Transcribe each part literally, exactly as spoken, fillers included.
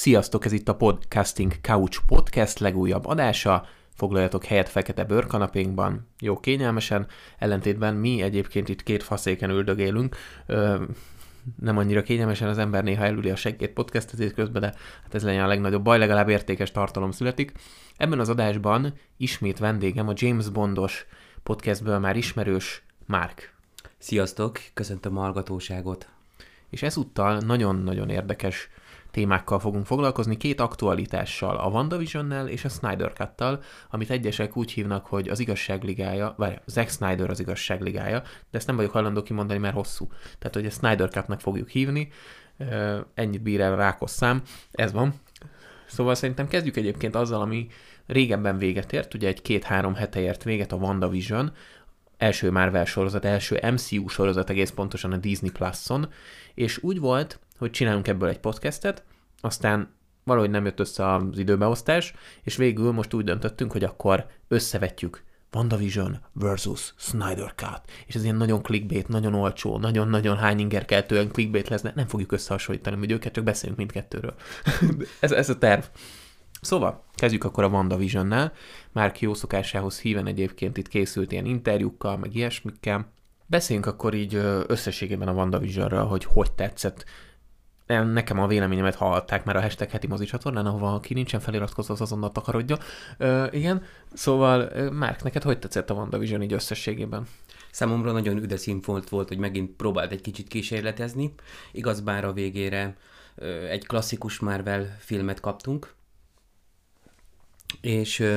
Sziasztok, ez itt a Podcasting Couch Podcast legújabb adása. Foglaljatok helyet fekete bőrkanapénkban, jó kényelmesen, ellentétben mi egyébként itt két faszéken üldögélünk. Ö, nem annyira kényelmesen, az ember néha elüli a seggét podcastezés közben, de hát ez legyen a legnagyobb baj, legalább értékes tartalom születik. Ebben az adásban ismét vendégem a James Bondos podcastből már ismerős Mark. Sziasztok, köszöntöm a hallgatóságot. És ezúttal nagyon-nagyon érdekes témákkal fogunk foglalkozni, két aktualitással, a WandaVisionnel és a Snyder Cut-tal, amit egyesek úgy hívnak, hogy az igazságligája, vagy Zack Snyder az igazságligája, de ezt nem vagyok hajlandó kimondani, mert hosszú. Tehát, hogy a Snyder Cut-nak fogjuk hívni, ennyit bír el a rákos szám, ez van. Szóval szerintem kezdjük egyébként azzal, ami régebben véget ért, ugye egy két-három hete ért véget a WandaVision, első Marvel sorozat, első em cé u sorozat egész pontosan a Disney Plus-on, és úgy volt, hogy csinálunk ebből egy podcastet, aztán valahogy nem jött össze az időbeosztás, és végül most úgy döntöttünk, hogy akkor összevetjük WandaVision versus Snyder Cut. És ez ilyen nagyon clickbait, nagyon olcsó, nagyon-nagyon hányingerkeltően clickbait lesz, de nem fogjuk összehasonlítani hogy őket, csak beszélünk mindkettőről. ez, ez a terv. Szóval, kezdjük akkor a WandaVisionnál. Már jó szokásához híven egyébként itt készült ilyen interjúkkal, meg ilyesmikkel. Beszéljünk akkor így összességében a WandaVisionről, hogy hogy tetszett. Nekem a véleményemet hallották már a hashtag heti mozi csatornán, ahova aki nincsen feliratkozva, az azonnal takarodja. Ö, igen, szóval Márk, neked hogy tetszett a WandaVision így összességében? Számomra nagyon üde színfolt volt, hogy megint próbált egy kicsit kísérletezni. Igaz, bár a végére ö, egy klasszikus Marvel filmet kaptunk, és ö,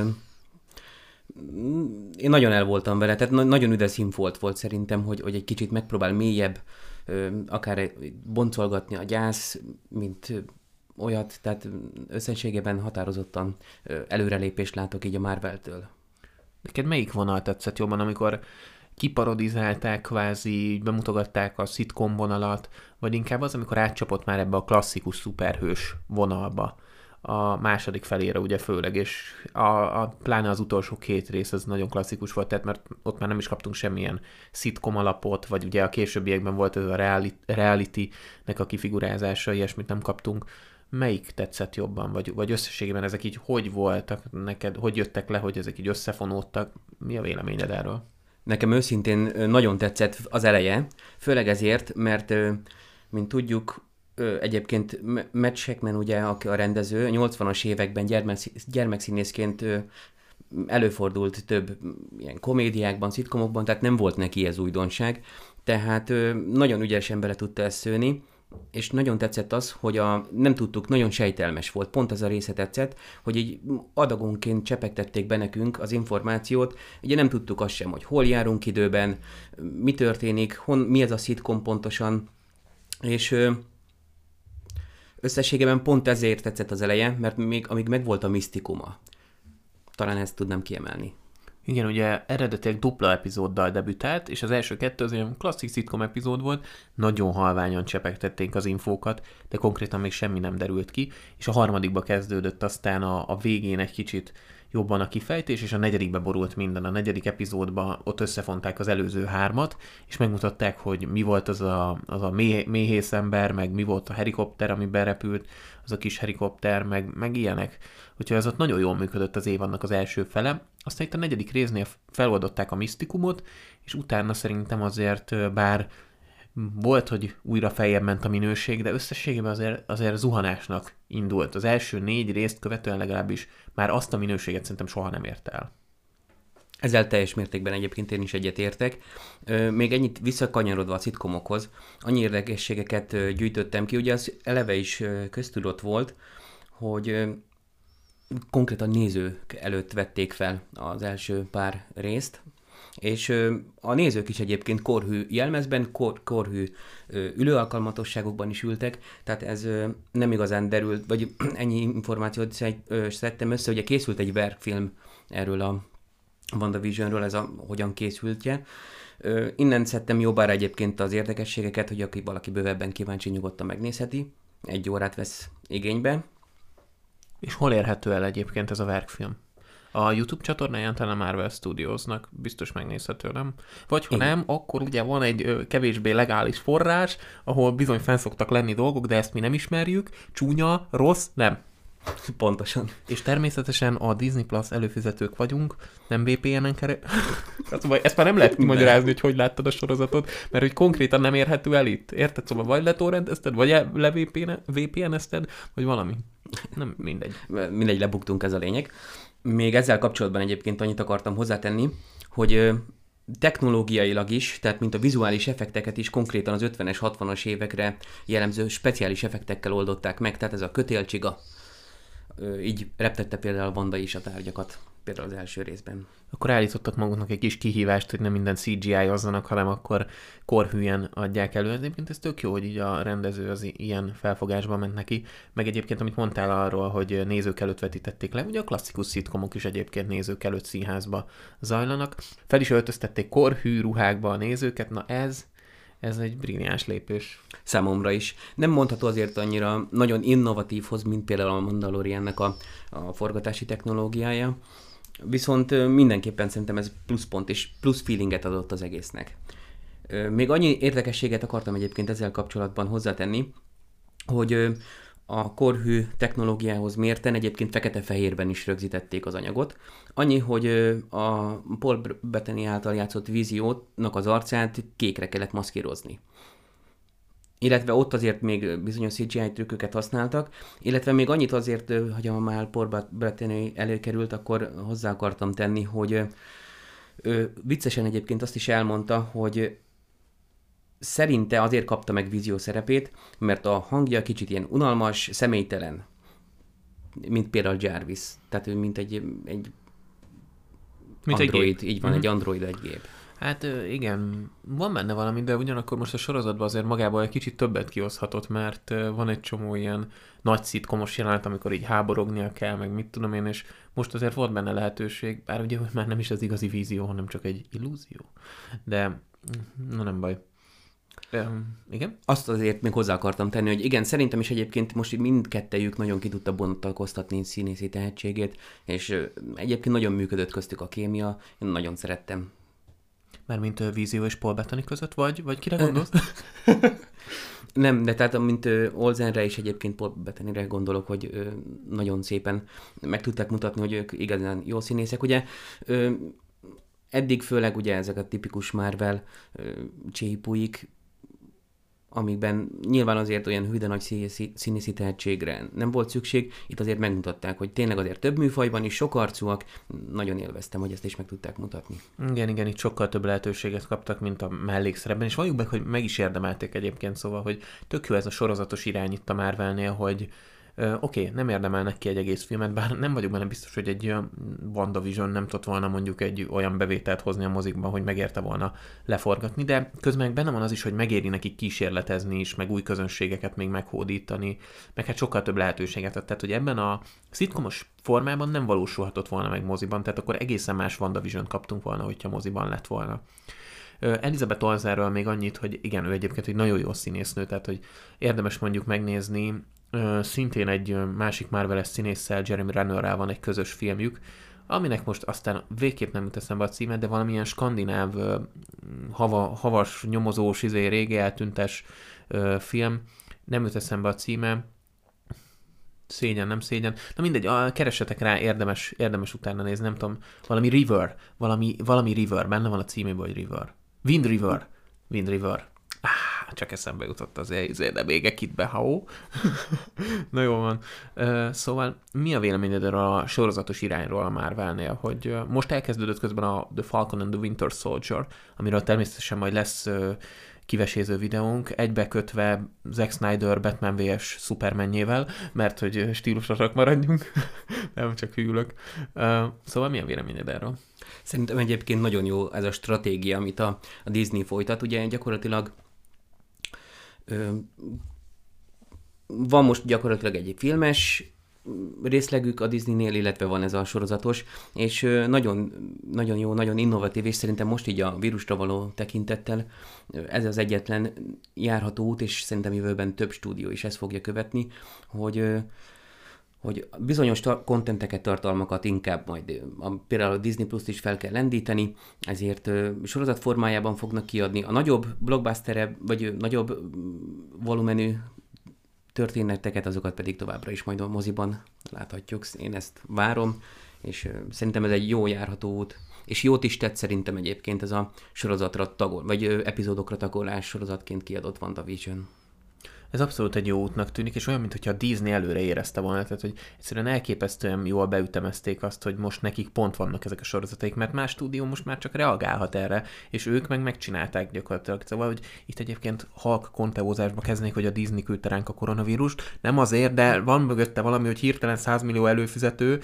én nagyon el voltam vele, tehát na- nagyon üde színfolt volt szerintem, hogy, hogy egy kicsit megpróbál mélyebb, ö, akár boncolgatni a gyász, mint ö, olyat, tehát összességében határozottan ö, előrelépést látok így a Marvel-től. Neked melyik vonal tetszett jobban, amikor kiparodizálták, kvázi bemutogatták a szitkom vonalat, vagy inkább az, amikor átcsapott már ebbe a klasszikus szuperhős vonalba? A második felére ugye főleg, és a, a, pláne az utolsó két rész az nagyon klasszikus volt, tehát mert ott már nem is kaptunk semmilyen szitkom alapot, vagy ugye a későbbiekben volt ez a reality, reality-nek a kifigurázása, ilyesmit nem kaptunk. Melyik tetszett jobban, vagy, vagy összességében ezek így hogy voltak neked, hogy jöttek le, hogy ezek így összefonódtak? Mi a véleményed erről? Nekem őszintén nagyon tetszett az eleje, főleg ezért, mert mint tudjuk, egyébként Matt Shakman ugye a rendező, nyolcvanas években gyermek, gyermekszínészként előfordult több ilyen komédiákban, szitkomokban, tehát nem volt neki ez újdonság, tehát nagyon ügyesen bele tudta ezt szőni, és nagyon tetszett az, hogy a, nem tudtuk, nagyon sejtelmes volt, pont az a része tetszett, hogy így adagonként csepegtették be nekünk az információt, ugye nem tudtuk azt sem, hogy hol járunk időben, mi történik, hon, mi ez a szitkom pontosan, és összességében pont ezért tetszett az eleje, mert még amíg megvolt a misztikuma. Talán ezt tudnám kiemelni. Igen, ugye eredetileg dupla epizóddal debütált, és az első kettő az egy klasszik szitkom epizód volt, nagyon halványan csepegtették az infókat, de konkrétan még semmi nem derült ki, és a harmadikba kezdődött aztán a, a végén egy kicsit jobban a kifejtés, és a negyedikbe borult minden. A negyedik epizódban ott összefonták az előző hármat, és megmutatták, hogy mi volt az a, az a méh, méhész ember, meg mi volt a helikopter, ami berepült, az a kis helikopter, meg, meg ilyenek. Úgyhogy ez ott nagyon jól működött az évadnak az első fele. Aztán itt a negyedik résznél feloldották a misztikumot, és utána szerintem azért, bár volt, hogy újra feljebb ment a minőség, de összességében azért, azért zuhanásnak indult. Az első négy részt követően legalábbis már azt a minőséget szerintem soha nem ért el. Ezzel teljes mértékben egyébként én is egyetértek. Még ennyit visszakanyarodva a szitkomokhoz, annyi érdekességeket gyűjtöttem ki, ugye az eleve is köztudott volt, hogy konkrétan nézők előtt vették fel az első pár részt, és a nézők is egyébként korhű jelmezben, kor, korhű ülőalkalmatosságokban is ültek, tehát ez nem igazán derült, vagy ennyi információt szedtem össze, ugye készült egy verkfilm erről a WandaVisionről, ez a hogyan készültje. Innen szedtem jobbára egyébként az érdekességeket, hogy aki valaki bővebben kíváncsi, nyugodtan megnézheti, egy órát vesz igénybe. És hol érhető el egyébként ez a verkfilm? A YouTube csatornáján talán Marvel Studiosnak biztos megnézhető, nem? Vagy ha Igen. nem, akkor ugye van egy ö, kevésbé legális forrás, ahol bizony fenn szoktak lenni dolgok, de ezt mi nem ismerjük. Csúnya, rossz, nem. Pontosan. És természetesen a Disney Plus előfizetők vagyunk, nem vé pé en-en keresztül. Ezt már nem lehet kimagyarázni, hogy hogy láttad a sorozatot, mert hogy konkrétan nem érhető el itt. Érted? Szóval vagy letorrentezted, vagy le vé pé en-ezted, vagy valami. Nem, mindegy. Mindegy, lebuktunk, ez a lényeg. Még ezzel kapcsolatban egyébként annyit akartam hozzátenni, hogy ö, technológiailag is, tehát mint a vizuális effekteket is konkrétan az ötvenes, hatvanas évekre jellemző speciális effektekkel oldották meg, tehát ez a kötélcsiga. Ö, így reptette például Wanda is a tárgyakat, például az első részben. Akkor állítottak maguknak egy kis kihívást, hogy nem minden cé gé í-ozzanak, hanem akkor korhűen adják elő. Egyébként ez tök jó, hogy így a rendező az ilyen felfogásban ment neki. Meg egyébként, amit mondtál arról, hogy nézők előtt vetítették le, ugye a klasszikus szitkomok is egyébként nézők előtt színházba zajlanak. Fel is öltöztették korhű ruhákba a nézőket, na ez... Ez egy brilliáns lépés. Számomra is. Nem mondható azért annyira nagyon innovatívhoz, mint például a Mandaloriannek a, a forgatási technológiája. Viszont mindenképpen szerintem ez pluszpont és plusz feelinget adott az egésznek. Még annyi érdekességet akartam egyébként ezzel kapcsolatban hozzátenni, hogy a korhű technológiához mérten egyébként fekete-fehérben is rögzítették az anyagot. Annyi, hogy a Paul Bettany által játszott Víziónak az arcát kékre kellett maszkírozni. Illetve ott azért még bizonyos cé gé í trükköket használtak, illetve még annyit azért, hogy ha már Paul Bettany előkerült, akkor hozzá akartam tenni, hogy viccesen egyébként azt is elmondta, hogy szerinte azért kapta meg Vízió szerepét, mert a hangja kicsit ilyen unalmas, személytelen, mint például Jarvis. Tehát ő mint egy, egy mint android, egy így van, mm-hmm. egy android, egy gép. Hát igen, van benne valami, de ugyanakkor most a sorozatban azért magából egy kicsit többet kihozhatott, mert van egy csomó ilyen nagy szitkomos jelenet, amikor így háborognia kell, meg mit tudom én, és most azért volt benne lehetőség, bár ugye hogy már nem is az igazi vízió, hanem csak egy illúzió. De na nem baj. Um, igen? Azt azért még hozzá akartam tenni, hogy igen, szerintem is egyébként most mindkettejük nagyon ki tudta bontakoztatni színészi tehetségét, és egyébként nagyon működött köztük a kémia, én nagyon szerettem. Mármint uh, Vízió és Paul Bettany között, vagy, vagy kire gondolsz? Nem, de tehát mint uh, Olsenre és egyébként Paul Bettanyre gondolok, hogy uh, nagyon szépen meg tudták mutatni, hogy ők igazán jó színészek. Ugye uh, eddig főleg ugye ezek a tipikus Marvel uh, csípuik, amikben nyilván azért olyan hű de nagy színészi tehetségre nem volt szükség, itt azért megmutatták, hogy tényleg azért több műfajban is sokarcúak, nagyon élveztem, hogy ezt is meg tudták mutatni. Igen, igen, itt sokkal több lehetőséget kaptak, mint a mellékszerepben, és valljuk be, hogy meg is érdemelték egyébként, szóval, hogy tök jó ez a sorozatos irány itt a Marvelnél, hogy Uh, Oké, okay, nem érdemelnek ki egy egész filmet, bár nem vagyok benne biztos, hogy egy WandaVision nem tudott volna mondjuk egy olyan bevételt hozni a mozikban, hogy megérte volna leforgatni, de közben benne van az is, hogy megéri neki kísérletezni is, meg új közönségeket még meghódítani, meg hát sokkal több lehetőséget ad. Tehát, hogy ebben a szitkomos formában nem valósulhatott volna meg moziban, tehát akkor egészen más WandaVision kaptunk volna, hogyha moziban lett volna. Elizabeth Olsenről még annyit, hogy igen, ő egyébként egy nagyon jó színésznő, tehát hogy érdemes mondjuk megnézni, szintén egy másik Marvel-es színésszel, Jeremy Rennerrel van egy közös filmjük, aminek most aztán végképp nem jut eszembe a címe, de valamilyen skandináv, hava, havas, nyomozós, izé, régi eltűntes film, nem jut eszembe a címe, szégyen, nem szégyen. Na mindegy, keressetek rá, érdemes, érdemes utána nézni, nem tudom, valami River, valami, valami River, benne van a címében, hogy River. Wind River. Wind River. Ah, csak eszembe jutott az izé, de még itt be, ha Na jó van. Uh, szóval mi a véleményed erről a sorozatos irányról a Marvelnél, hogy uh, most elkezdődött közben a The Falcon and the Winter Soldier, amiről természetesen majd lesz uh, kiveséző videónk, egybekötve Zack Snyder Batman versus Supermanjével, mert hogy stílusosak maradjunk, nem csak hűlök. Uh, szóval mi a véleményed erről? Szerintem egyébként nagyon jó ez a stratégia, amit a, a Disney folytat. Ugye gyakorlatilag ö, van most gyakorlatilag egy filmes részlegük a Disneynél, illetve van ez a sorozatos, és ö, nagyon, nagyon jó, nagyon innovatív, és szerintem most így a vírusra való tekintettel ez az egyetlen járható út, és szerintem jövőben több stúdió is ezt fogja követni, hogy ö, hogy bizonyos ta- kontenteket, tartalmakat inkább majd a, például a Disney Plus-t is fel kell lendíteni, ezért ö, sorozat formájában fognak kiadni. A nagyobb blockbuster vagy nagyobb volumenű történeteket, azokat pedig továbbra is majd a moziban láthatjuk. Én ezt várom, és ö, szerintem ez egy jó járható út. És jót is tett szerintem egyébként ez a sorozatra tagol, vagy ö, epizódokra tagolás sorozatként kiadott WandaVision. Ez abszolút egy jó útnak tűnik, és olyan, mintha a Disney előre érezte volna, tehát hogy egyszerűen elképesztően jól beütemezték azt, hogy most nekik pont vannak ezek a sorozataik, mert más stúdió most már csak reagálhat erre, és ők meg megcsinálták gyakorlatilag. Szóval, hogy itt egyébként halk konteózásba kezdnék, hogy a Disney küldte ránk a koronavírust, nem azért, de van mögötte valami, hogy hirtelen száz millió előfizető,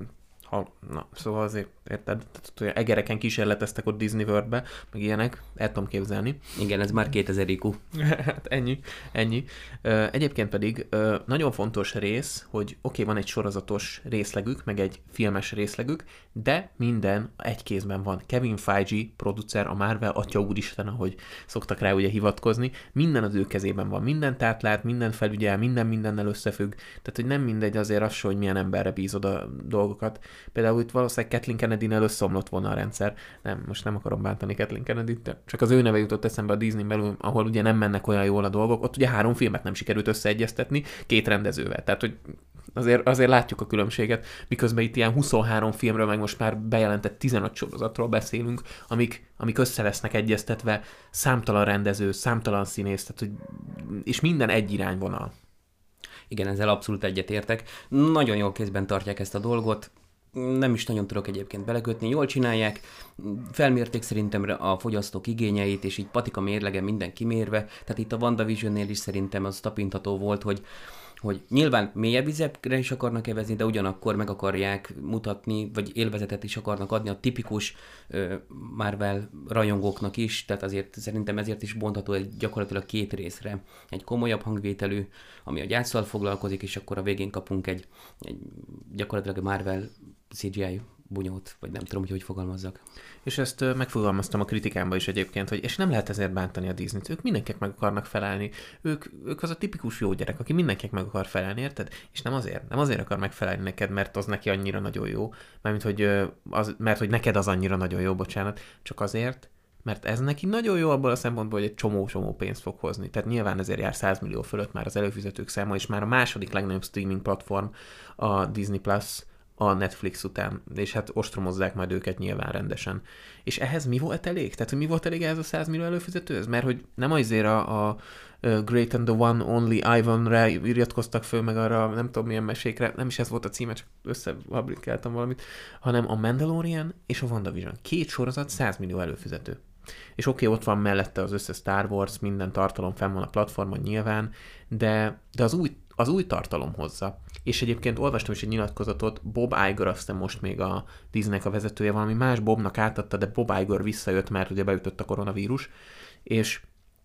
ha, na, szóval azért, érted? Tehát, egereken kísérleteztek ott Disney World-be, meg ilyenek, el tudom képzelni. Igen, ez már kétezer i kú. Hát ennyi, ennyi. Egyébként pedig nagyon fontos rész, hogy oké, okay, van egy sorozatos részlegük, meg egy filmes részlegük, de minden egy kézben van. Kevin Feige, producer, a Marvel, atya úristen, ahogy szoktak rá ugye hivatkozni, minden az ő kezében van, mindent átlát, minden felügyel, minden mindennel összefügg, tehát hogy nem mindegy azért az, hogy milyen emberre bízod a dolgokat. Például itt valószínűleg Kathleen Kennedy-nél összeomlott volna a rendszer. Nem, most nem akarom bántani Kathleen Kennedy-t, csak az ő neve jutott eszembe a Disney belül, ahol ugye nem mennek olyan jól a dolgok. Ott ugye három filmet nem sikerült összeegyeztetni két rendezővel. Tehát, hogy azért, azért látjuk a különbséget, miközben itt ilyen huszonhárom filmről, meg most már bejelentett tizenöt sorozatról beszélünk, amik, amik össze lesznek egyeztetve, számtalan rendező, számtalan színész, tehát, hogy, és minden egy irányvonal. Igen, ezzel abszolút egyetértek. Nagyon jól kézben tartják ezt a dolgot, nem is nagyon tudok egyébként belekötni, jól csinálják, felmérték szerintem a fogyasztók igényeit, és így patika mérlege minden kimérve, tehát itt a WandaVision-nél is szerintem az tapintható volt, hogy hogy nyilván mélyebb vizekre is akarnak evezni, de ugyanakkor meg akarják mutatni, vagy élvezetet is akarnak adni a tipikus uh, Marvel rajongóknak is, tehát azért szerintem ezért is bontható egy gyakorlatilag két részre. Egy komolyabb hangvételű, ami a gyászsal foglalkozik, és akkor a végén kapunk egy, egy gyakorlatilag Marvel cé gé í bunyót, vagy nem tudom, hogy hogy fogalmazzak. És ezt uh, megfogalmaztam a kritikámban is egyébként, hogy és nem lehet ezért bántani a Disneyt. Ők mindenkinek meg akarnak felelni. Ők, ők az a tipikus jó gyerek, aki mindenkinek meg akar felelni, érted? És nem azért, nem azért akar megfelelni neked, mert az neki annyira nagyon jó, mármint, hogy, uh, az, mert hogy neked az annyira nagyon jó, bocsánat, csak azért, mert ez neki nagyon jó abból a szempontból, hogy egy csomó-csomó pénzt fog hozni. Tehát nyilván ezért jár száz millió fölött már az előfizetők száma, és már a második legnagyobb streaming platform a Disney Plus, a Netflix után, és hát ostromozzák majd őket nyilván rendesen. És ehhez mi volt elég? Tehát, hogy mi volt elég ehhez a száz millió előfizetőhöz? Mert hogy nem azért a, a Great and the One Only Ivan-re iratkoztak föl, meg arra nem tudom milyen mesékre, nem is ez volt a címe, csak összefabrikáltam valamit, hanem a Mandalorian és a WandaVision. Két sorozat, száz millió előfizető. És oké, okay, ott van mellette az összes Star Wars, minden tartalom fenn van a platformon nyilván, de, de az új az új tartalom hozza. És egyébként olvastam is egy nyilatkozatot, Bob Iger, aztán most még a Disneynek a vezetője, valami más Bobnak átadta, de Bob Iger visszajött, mert ugye beütött a koronavírus, és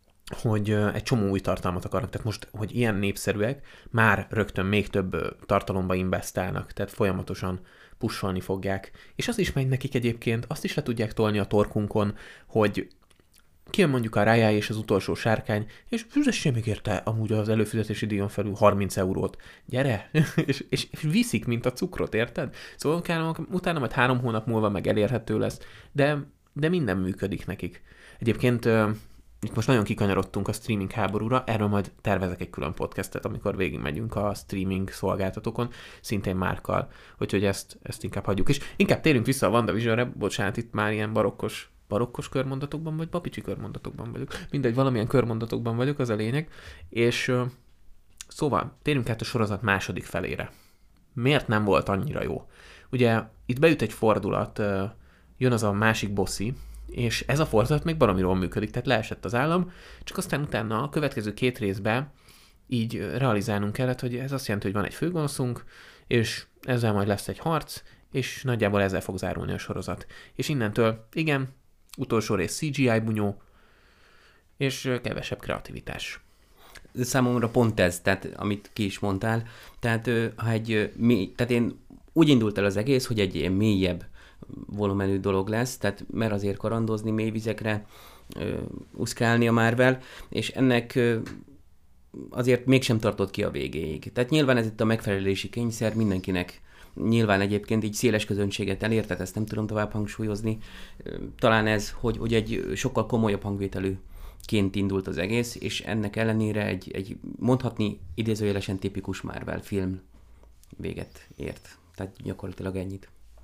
hogy egy csomó új tartalmat akarnak. Tehát most, hogy ilyen népszerűek, már rögtön még több tartalomba investálnak, tehát folyamatosan pusolni fogják. És az is megy nekik egyébként, azt is le tudják tolni a torkunkon, hogy kijön mondjuk a Raya és az utolsó sárkány, és fizessél még érte amúgy az előfizetési díjon felül harminc eurót. Gyere! és, és viszik, mint a cukrot, érted? Szóval utána, utána majd három hónap múlva meg elérhető lesz, de, de minden működik nekik. Egyébként uh, itt most nagyon kikanyarodtunk a streaming háborúra, erről majd tervezek egy külön podcastet, amikor végigmegyünk a streaming szolgáltatókon, szintén Márkkal, úgyhogy ezt, ezt inkább hagyjuk. És inkább térjünk vissza a WandaVisionre, bocsánat, itt már ilyen barokkos barokkos körmondatokban, vagy papicsi körmondatokban vagyok. Mindegy, valamilyen körmondatokban vagyok, az a lényeg. És uh, szóval, térjünk át a sorozat második felére. Miért nem volt annyira jó? Ugye itt beüt egy fordulat, uh, jön az a másik bosszi, és ez a fordulat még baromiról működik, tehát leesett az állam, csak aztán utána a következő két részben így realizálnunk kellett, hogy ez azt jelenti, hogy van egy főgonoszunk, és ezzel majd lesz egy harc, és nagyjából ezzel fog zárulni a sorozat. És innentől, igen, utolsó rész cé gé í bunyó, és kevesebb kreativitás. Számomra pont ez, tehát amit ki is mondtál, tehát, ha egy, tehát én úgy indult el az egész, hogy egy ilyen mélyebb volumenű dolog lesz, tehát mer azért karandozni, mély vizekre, uh, uszkálni a Marvel, és ennek uh, azért mégsem tartott ki a végéig. Tehát nyilván ez itt a megfelelési kényszer mindenkinek nyilván egyébként így széles közönséget elért, tehát ezt nem tudom tovább hangsúlyozni. Talán ez, hogy, hogy egy sokkal komolyabb hangvételű ként indult az egész, és ennek ellenére egy, egy mondhatni idézőjelesen tipikus Marvel film véget ért. Tehát gyakorlatilag ennyit.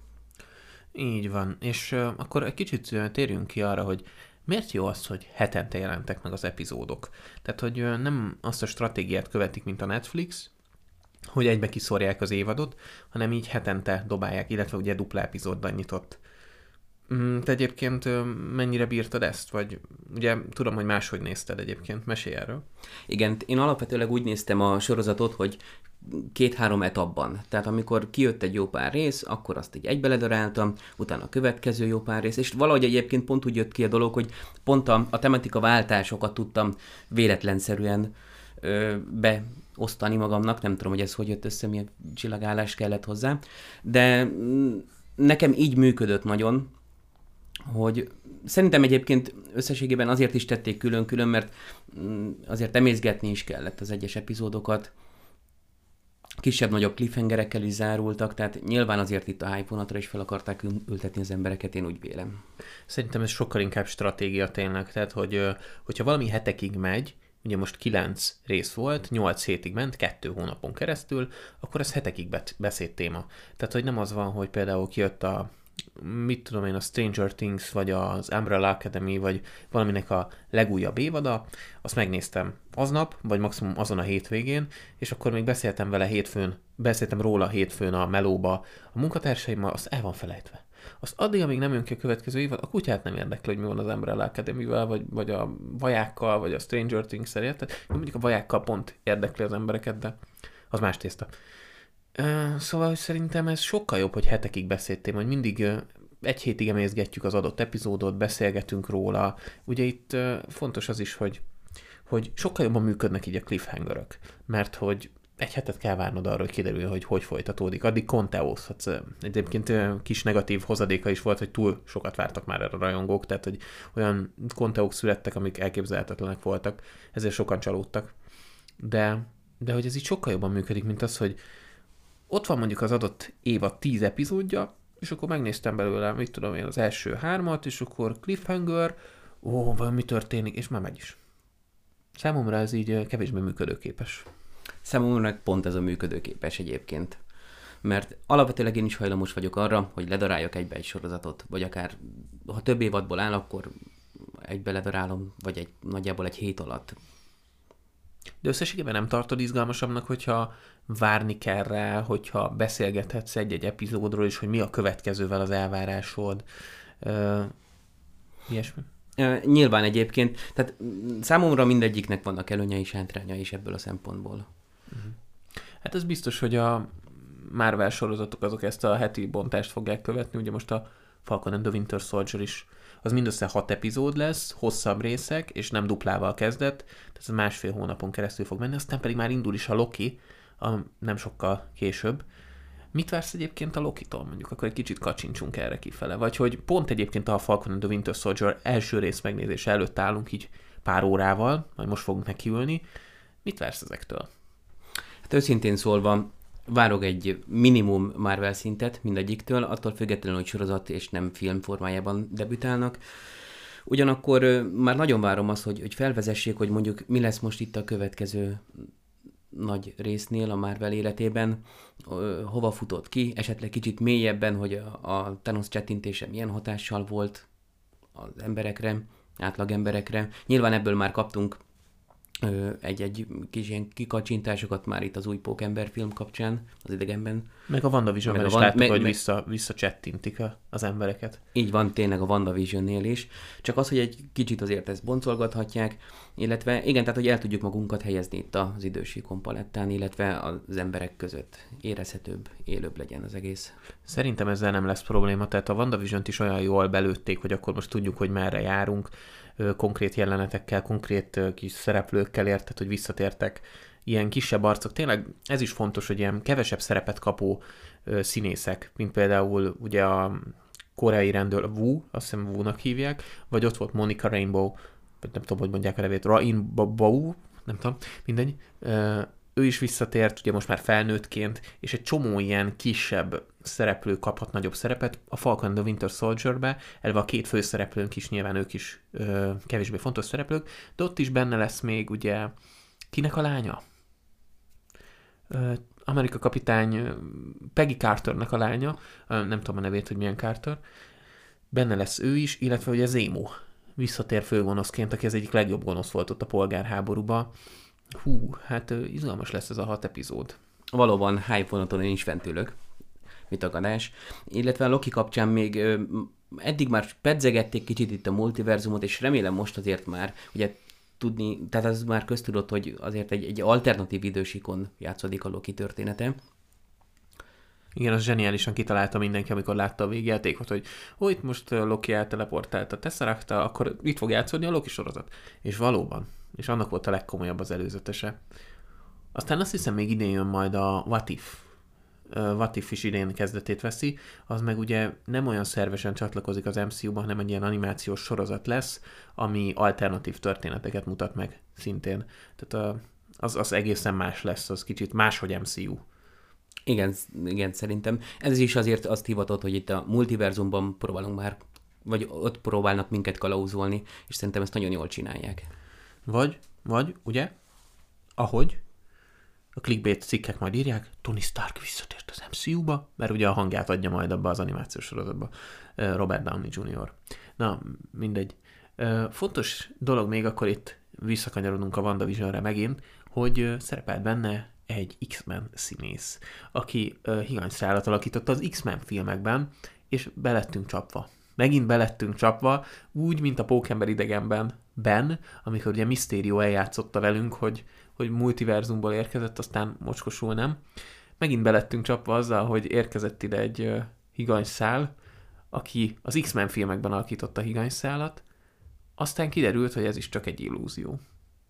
Így van. És uh, akkor egy kicsit uh, térjünk ki arra, hogy miért jó az, hogy hetente jelentek meg az epizódok? Tehát, hogy uh, nem azt a stratégiát követik, mint a Netflix, hogy egybe kiszorják az évadot, hanem így hetente dobálják, illetve ugye dupla epizóddal nyitott. Te egyébként mennyire bírtad ezt? Vagy ugye tudom, hogy máshogy nézted egyébként. Mesélj erről. Igen, én alapvetőleg úgy néztem a sorozatot, hogy két-három etapban. Tehát amikor kijött egy jó pár rész, akkor azt így egybe ledaráltam, utána a következő jó pár rész, és valahogy egyébként pont úgy jött ki a dolog, hogy pont a, a tematika váltásokat tudtam véletlenszerűen ö, beosztani magamnak. Nem tudom, hogy ez hogy jött össze, milyen csillagállás kellett hozzá, de nekem így működött nagyon, hogy szerintem egyébként összességében azért is tették külön-külön, mert azért emészgetni is kellett az egyes epizódokat. Kisebb-nagyobb cliffhangerekkel is zárultak, tehát nyilván azért itt a hype vonatra is fel akarták ültetni az embereket, én úgy vélem. Szerintem ez sokkal inkább stratégia tényleg, tehát hogy, hogyha valami hetekig megy, ugye most kilenc rész volt, nyolc hétig ment, kettő hónapon keresztül, akkor ez hetekig beszéd téma. Tehát, hogy nem az van, hogy például kijött a mit tudom én, a Stranger Things, vagy az Umbrella Academy, vagy valaminek a legújabb évada, azt megnéztem aznap, vagy maximum azon a hétvégén, és akkor még beszéltem vele hétfőn, beszéltem róla hétfőn a melóba a munkatársaimmal, azt el van felejtve. Azt addig, amíg nem jön ki a következő évad, a kutyát nem érdekli, hogy mi van az Umbrella Academy-vel, vagy, vagy a vajákkal, vagy a Stranger Things-szel, tehát mondjuk a vajákkal pont érdekli az embereket, de az más tészta. Uh, szóval szerintem ez sokkal jobb, hogy hetekig beszéltém, hogy mindig uh, egy hétig emészgetjük az adott epizódot, beszélgetünk róla. Ugye itt uh, fontos az is, hogy, hogy sokkal jobban működnek így a cliffhangerök, mert hogy egy hetet kell várnod arra, hogy kiderül, hogy hogy folytatódik. Addig konteózhatsz. Egyébként uh, kis negatív hozadéka is volt, hogy túl sokat vártak már erre a rajongók, tehát hogy olyan konteók születtek, amik elképzelhetetlenek voltak, ezért sokan csalódtak. De, de hogy ez így sokkal jobban működik, mint az, hogy ott van mondjuk az adott évad tíz epizódja, és akkor megnéztem belőle, mit tudom én, az első hármat, és akkor cliffhanger, ó, valami történik, és már megy is. Számomra ez így kevésbé működőképes. Számomra pont ez a működőképes egyébként. Mert alapvetőleg én is hajlamos vagyok arra, hogy ledaráljak egybe egy sorozatot, vagy akár, ha több évadból áll, akkor egybe ledarálom, vagy egy, nagyjából egy hét alatt. De összességében nem tartod izgalmasabbnak, hogyha várni kell rá, hogyha beszélgethetsz egy-egy epizódról is, hogy mi a következővel az elvárásod. Uh, ilyesmi? Uh, nyilván egyébként, tehát számomra mindegyiknek vannak előnyei és hátrányai is ebből a szempontból. Uh-huh. Hát ez biztos, hogy a Marvel sorozatok azok ezt a heti bontást fogják követni, ugye most a Falcon and the Winter Soldier is, az mindössze hat epizód lesz, hosszabb részek, és nem duplával kezdett, tehát ez másfél hónapon keresztül fog menni, aztán pedig már indul is a Loki, a, nem sokkal később. Mit vársz egyébként a Lokitól? Mondjuk akkor egy kicsit kacsincsunk erre kifele. Vagy hogy pont egyébként a Falcon and the Winter Soldier első rész megnézése előtt állunk így pár órával, majd most fogunk nekiülni. Mit vársz ezektől? Hát őszintén szólva, várok egy minimum Marvel szintet mindegyiktől, attól függetlenül, hogy sorozat és nem film formájában debütálnak. Ugyanakkor már nagyon várom azt, hogy, hogy felvezessék, hogy mondjuk mi lesz most itt a következő nagy résznél a Marvel életében, hova futott ki, esetleg kicsit mélyebben, hogy a, a Thanos csettintése milyen hatással volt az emberekre, átlag emberekre. Nyilván ebből már kaptunk egy-egy kis ilyen kikacsintásokat már itt az új Pókember film kapcsán, az Idegenben. Meg a WandaVision-ben is van, láttuk, me, hogy me, vissza, visszacsettintik a, az embereket. Így van, tényleg a WandaVision-nél is. Csak az, hogy egy kicsit azért ezt boncolgathatják, illetve igen, tehát hogy el tudjuk magunkat helyezni itt az idősíkon palettán, illetve az emberek között érezhetőbb, élőbb legyen az egész. Szerintem ezzel nem lesz probléma, tehát a WandaVision-t is olyan jól belőtték, hogy akkor most tudjuk, hogy merre járunk, konkrét jelenetekkel, konkrét kis szereplőkkel, érted, hogy visszatértek ilyen kisebb arcok. Tényleg ez is fontos, hogy ilyen kevesebb szerepet kapó színészek, mint például ugye a koreai rendőr Wu, azt hiszem Wu-nak hívják, vagy ott volt Monica Rambeau, vagy nem tudom, hogy mondják a nevét, Rainbow, nem tudom, mindegy. Ő is visszatért, ugye most már felnőttként, és egy csomó ilyen kisebb szereplő kaphat nagyobb szerepet. A Falcon and the Winter Soldier-be, elve a két főszereplőnk is, nyilván ők is ö, kevésbé fontos szereplők, de ott is benne lesz még ugye, kinek a lánya? Ö, Amerika kapitány Peggy Carternek a lánya, ö, nem tudom a nevét, hogy milyen Carter, benne lesz ő is, illetve ugye Zemo visszatér főgonoszként, aki az egyik legjobb gonosz volt ott a polgárháborúban. Hú, hát ö, izgalmas lesz ez a hat epizód. Valóban hype vonaton én is fent ülök, mit akadás. Illetve a Loki kapcsán még ö, eddig már pedzegették kicsit itt a multiverzumot, és remélem most azért már, ugye tudni, tehát az már köztudott, hogy azért egy, egy alternatív idősíkon játszódik a Loki története. Igen, az zseniálisan kitalálta mindenki, amikor látta a végjátékot, hogy ó, itt most Loki elteleportált a Tesseracttal, akkor itt fog játszódni a Loki sorozat. És valóban. És annak volt a legkomolyabb az előzetese. Aztán azt hiszem, még idén jön majd a What If. Uh, What If is idén kezdetét veszi, az meg ugye nem olyan szervesen csatlakozik az em cé u-ba, hanem egy ilyen animációs sorozat lesz, ami alternatív történeteket mutat meg szintén. Tehát uh, az, az egészen más lesz, az kicsit máshogy em cé u. Igen, igen, szerintem. Ez is azért azt hivatott, hogy itt a multiverzumban próbálunk már, vagy ott próbálnak minket kalauzolni, és szerintem ezt nagyon jól csinálják. Vagy, vagy, ugye, ahogy a clickbait cikkek majd írják, Tony Stark visszatért az em cé u-ba, mert ugye a hangját adja majd abba az animációs sorozatba Robert Downey junior Na, mindegy. Fontos dolog még akkor itt visszakanyarodunk a WandaVisionre megint, hogy szerepelt benne egy X-Men színész, aki higanyszálat alakította az X-Men filmekben, és belettünk csapva. Megint belettünk csapva, úgy, mint a Pókember idegenben, Ben, amikor ugye Mysterio eljátszotta velünk, hogy, hogy multiverzumból érkezett, aztán mocskosul nem. Megint belettünk csapva azzal, hogy érkezett ide egy uh, higanyszál, aki az X-Men filmekben alakította higanyszálat, aztán kiderült, hogy ez is csak egy illúzió.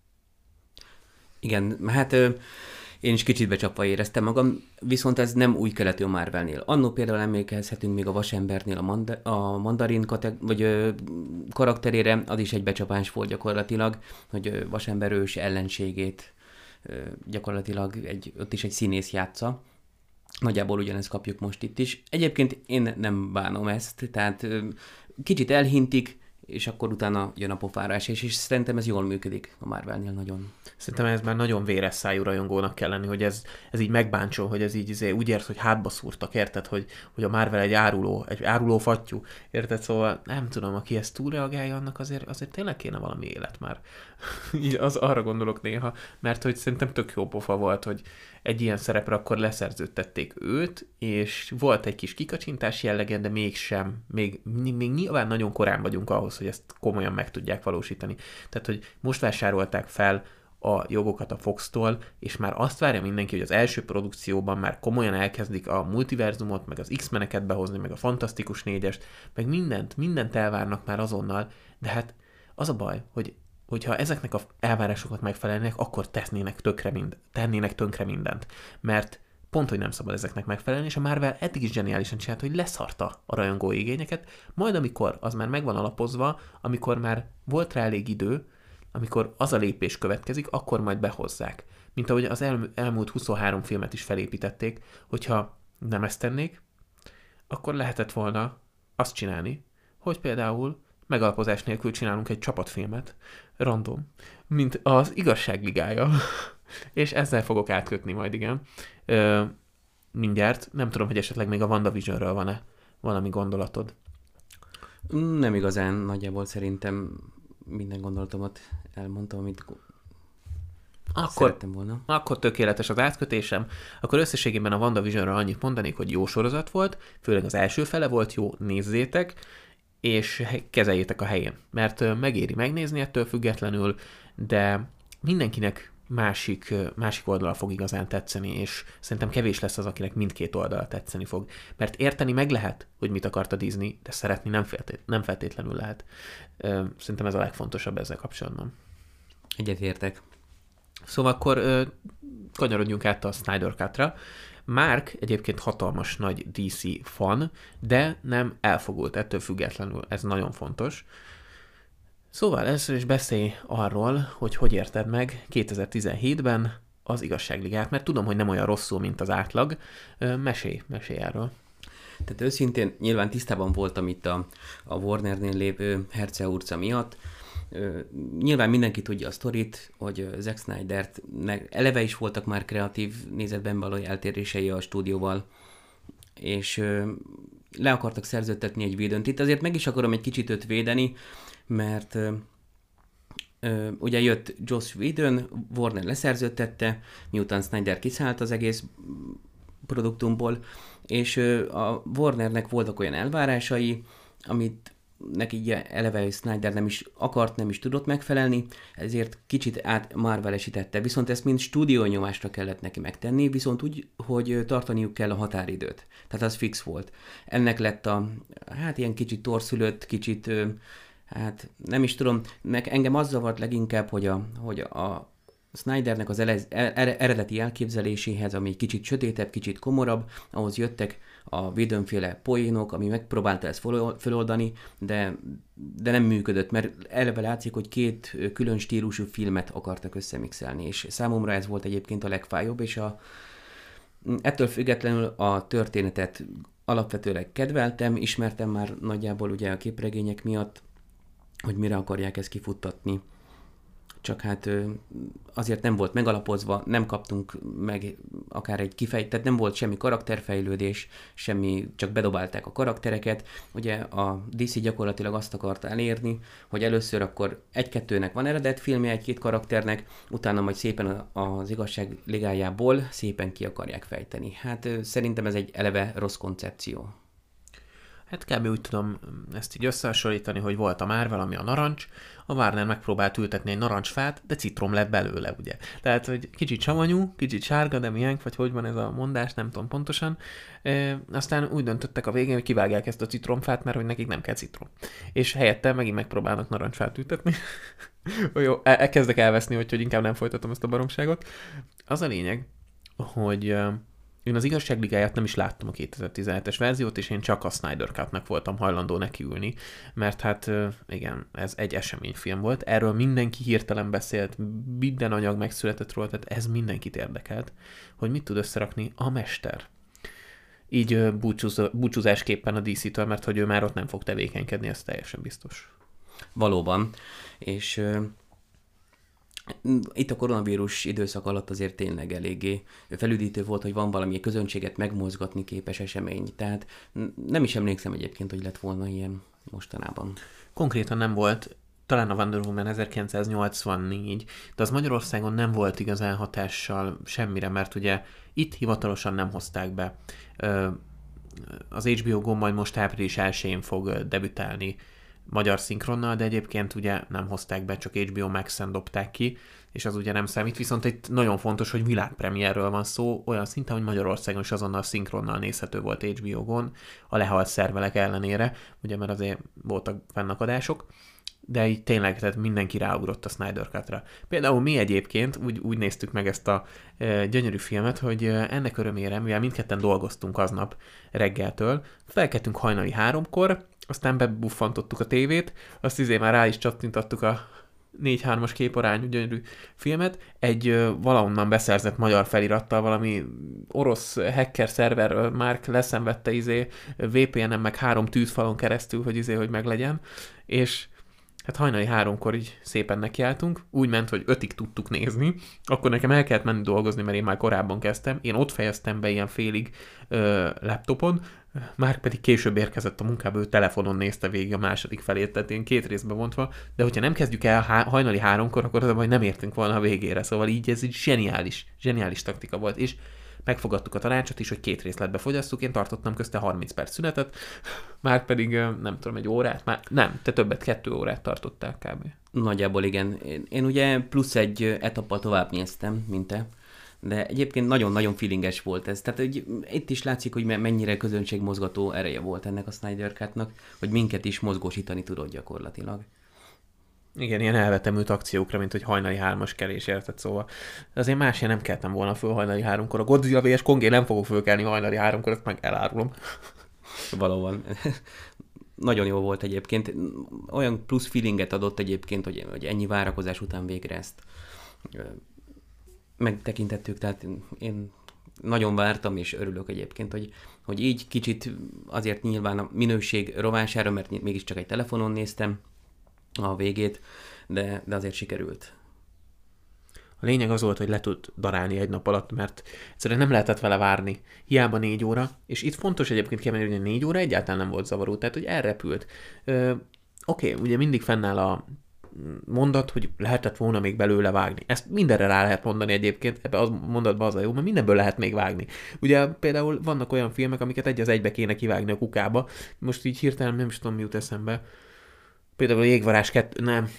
Igen, hát ö, én is kicsit becsapva éreztem magam, viszont ez nem új keletű a Marvelnél. Annó például emlékezhetünk még a Vasembernél a, manda- a mandarin kate- vagy, ö, karakterére, az is egy becsapás volt gyakorlatilag, hogy ö, Vasember ős ellenségét ö, gyakorlatilag egy, ott is egy színész játsza. Nagyjából ugyanezt kapjuk most itt is. Egyébként én nem bánom ezt, tehát ö, kicsit elhintik, és akkor utána jön a pofárás, és, és szerintem ez jól működik a Marvelnél nagyon. Szerintem ez már nagyon véres szájú rajongónak kell lenni, hogy ez, ez így megbántson, hogy ez így izé, úgy érz, hogy hátba szúrtak, érted, hogy, hogy a Marvel egy áruló, egy áruló fattyú, érted, szóval nem tudom, aki ezt túlreagálja, annak azért, azért tényleg kéne valami élet már. Így az arra gondolok néha, mert hogy szerintem tök jó pofa volt, hogy egy ilyen szerepre akkor leszerződtették őt, és volt egy kis kikacsintás jellege, de mégsem, még, még nyilván nagyon korán vagyunk ahhoz, hogy ezt komolyan meg tudják valósítani. Tehát, hogy most vásárolták fel a jogokat a Fox-tól, és már azt várja mindenki, hogy az első produkcióban már komolyan elkezdik a multiverzumot, meg az X-meneket behozni, meg a Fantasztikus négyest, meg mindent, mindent elvárnak már azonnal, de hát az a baj, hogy hogyha ezeknek az elvárásokat megfelelnek, akkor tesznének tökre mind, tennének tönkre mindent. Mert pont, hogy nem szabad ezeknek megfelelni, és a Marvel eddig is zseniálisan csinált, hogy leszarta a rajongó igényeket, majd amikor az már meg van alapozva, amikor már volt rá elég idő, amikor az a lépés következik, akkor majd behozzák. Mint ahogy az el, elmúlt huszonhárom filmet is felépítették, hogyha nem ezt tennék, akkor lehetett volna azt csinálni, hogy például megalapozás nélkül csinálunk egy csapatfilmet, random, mint az Igazságligája, és ezzel fogok átkötni majd, igen. Ö, mindjárt, nem tudom, hogy esetleg még a WandaVisionről van-e valami gondolatod. Nem igazán, nagyjából szerintem minden gondolatomat elmondtam, amit akkor, szerettem volna. Akkor tökéletes az átkötésem. Akkor összességében a WandaVisionről annyit mondanék, hogy jó sorozat volt, főleg az első fele volt jó, nézzétek, és kezeljétek a helyén. Mert megéri megnézni ettől függetlenül, de mindenkinek másik, másik oldala fog igazán tetszeni, és szerintem kevés lesz az, akinek mindkét oldala tetszeni fog. Mert érteni meg lehet, hogy mit akart a Disney, de szeretni nem, feltét, nem feltétlenül lehet. Szerintem ez a legfontosabb ezzel kapcsolatban. Egyetértek. Szóval akkor kanyarodjunk át a Snyder Cut-ra. Mark egyébként hatalmas nagy dé cé fan, de nem elfogult ettől függetlenül, ez nagyon fontos. Szóval először is beszélj arról, hogy hogy érted meg kétezer-tizenhétben az igazságligát, mert tudom, hogy nem olyan rosszul, mint az átlag. Mesélj, mesélj erről. Tehát őszintén nyilván tisztában voltam itt a, a Warnernél lévő herceurca miatt. Ö, nyilván mindenki tudja a sztorit, hogy Zack Snydert eleve is voltak már kreatív nézetben való eltérései a stúdióval, és ö, le akartak szerződtetni egy védőnt. Itt azért meg is akarom egy kicsit őt védeni, mert ö, ö, ugye jött Joss Whedon, Warner leszerződtette, miután Snyder kiszállt az egész produktumból, és a Warnernek voltak olyan elvárásai, amit neki ugye eleve Snyder nem is akart, nem is tudott megfelelni, ezért kicsit át Marvel-esítette. Viszont ezt mind stúdiónyomásra kellett neki megtenni, viszont úgy, hogy tartaniuk kell a határidőt. Tehát az fix volt. Ennek lett a, hát ilyen kicsit torszülött, kicsit, hát nem is tudom, meg engem az zavart leginkább, hogy a, hogy a Snydernek az elez, eredeti elképzeléséhez, ami kicsit sötétebb, kicsit komorabb, ahhoz jöttek a védőnféle poénok, ami megpróbálta ezt feloldani, de, de nem működött, mert eleve látszik, hogy két külön stílusú filmet akartak összemixelni, és számomra ez volt egyébként a legfájóbb, és a, ettől függetlenül a történetet alapvetőleg kedveltem, ismertem már nagyjából ugye a képregények miatt, hogy mire akarják ezt kifuttatni. Csak hát azért nem volt megalapozva, nem kaptunk meg akár egy kifejt, tehát nem volt semmi karakterfejlődés, semmi, csak bedobálták a karaktereket. Ugye a dé cé gyakorlatilag azt akarta elérni, hogy először akkor egy-kettőnek van eredet filmje, egy-két karakternek, utána majd szépen az igazság ligájából szépen ki akarják fejteni. Hát szerintem ez egy eleve rossz koncepció. Hát kb. Úgy tudom ezt így összehasonlítani, hogy volt a Marvel, ami a narancs, a Warner megpróbált ültetni egy narancsfát, de citrom lett belőle, ugye. Tehát, hogy kicsit savanyú, kicsit sárga, de miénk, vagy hogy van ez a mondás, nem tudom pontosan. E, aztán úgy döntöttek a végén, hogy kivágják ezt a citromfát, mert hogy nekik nem kell citrom. És helyette megint megpróbálnak narancsfát ültetni. Jó, elkezdek elveszni, hogy, hogy inkább nem folytatom ezt a baromságot. Az a lényeg, hogy én az igazságligáját nem is láttam a kétezer-tizenhetes verziót, és én csak a Snyder Cut-nak voltam hajlandó nekiülni, mert hát igen, ez egy eseményfilm volt, erről mindenki hirtelen beszélt, minden anyag megszületett róla, tehát ez mindenkit érdekelt, hogy mit tud összerakni a mester. Így búcsúz, búcsúzásképpen a dé cé-től, mert hogy ő már ott nem fog tevékenykedni, ez teljesen biztos. Valóban, és itt a koronavírus időszak alatt azért tényleg eléggé felüdítő volt, hogy van valami közönséget megmozgatni képes esemény. Tehát nem is emlékszem egyébként, hogy lett volna ilyen mostanában. Konkrétan nem volt, talán a Wonder Woman ezerkilencszáznyolcvannégy, de az Magyarországon nem volt igazán hatással semmire, mert ugye itt hivatalosan nem hozták be. Az há bé o Go majd most április elsején fog debütálni magyar szinkronnal, de egyébként ugye nem hozták be, csak há bé o Max-en dobták ki, és az ugye nem számít, viszont itt nagyon fontos, hogy világpremierről van szó, olyan szinten, hogy Magyarországon is azonnal szinkronnal nézhető volt há bé o Gon, a lehalt szervelek ellenére, ugye mert azért voltak fennakadások, de így tényleg, tehát mindenki ráugrott a Snyder Cut-ra. Például mi egyébként úgy, úgy néztük meg ezt a e, gyönyörű filmet, hogy e, ennek örömére, mivel mindketten dolgoztunk aznap reggeltől, felkeltünk hajnali háromkor, aztán bebuffantottuk a tévét, azt izé már rá is csattintattuk a négy hármas képarányú gyönyörű filmet, egy ö, valahonnan beszerzett magyar felirattal, valami orosz hacker szerver már leszenvedte izé vé pé en-en meg három tűzfalon keresztül, hogy izé, hogy meglegyen, és hát hajnali háromkor így szépen nekiálltunk, úgy ment, hogy ötig tudtuk nézni, akkor nekem el kellett menni dolgozni, mert én már korábban kezdtem, én ott fejeztem be ilyen félig ö, laptopon, már pedig később érkezett a munkába, ő telefonon nézte végig a második felét, tehát én két részbe vontva, de hogyha nem kezdjük el há- hajnali háromkor, akkor az majd nem értünk volna a végére, szóval így ez egy zseniális, zseniális taktika volt, és megfogadtuk a tanácsot is, hogy két részletbe fogyasszuk, én tartottam közte harminc perc szünetet, már pedig nem tudom, egy órát, már nem, te többet, kettő órát tartották kb. Nagyjából igen. Én, én ugye plusz egy etappal tovább néztem, mint te, de egyébként nagyon-nagyon feelinges volt ez. Tehát hogy itt is látszik, hogy mennyire közönségmozgató ereje volt ennek a Snyder Cut-nak, hogy minket is mozgósítani tudott gyakorlatilag. Igen, ilyen elvetemült akciókra, mint hogy hajnali hármas kelés, érted, szóval. De azért másért nem keltem volna föl hajnali háromkor. A Godzilla vé es Kongé nem fogok fölkelni hajnali háromkor, ezt meg elárulom. Valóban. nagyon jó volt egyébként. Olyan plusz feelinget adott egyébként, hogy, hogy ennyi várakozás után végre ezt megtekintettük, tehát én nagyon vártam, és örülök egyébként, hogy, hogy így kicsit azért nyilván a minőség rovására, mert mégiscsak egy telefonon néztem a végét, de, de azért sikerült. A lényeg az volt, hogy le tud darálni egy nap alatt, mert egyszerűen nem lehetett vele várni. Hiába négy óra, és itt fontos egyébként kiemelni, hogy a négy óra egyáltalán nem volt zavaró, tehát hogy elrepült. Ö, Oké, okay, ugye mindig fennáll a mondat, hogy lehetett volna még belőle vágni. Ezt mindenre rá lehet mondani egyébként, ebbe az mondatban az a jó, mert mindenből lehet még vágni. Ugye például vannak olyan filmek, amiket egy az egybe kéne kivágni a kukába, most így hirtelen nem is tudom, mi jut eszembe. Például a Jégvarázs kettő, nem.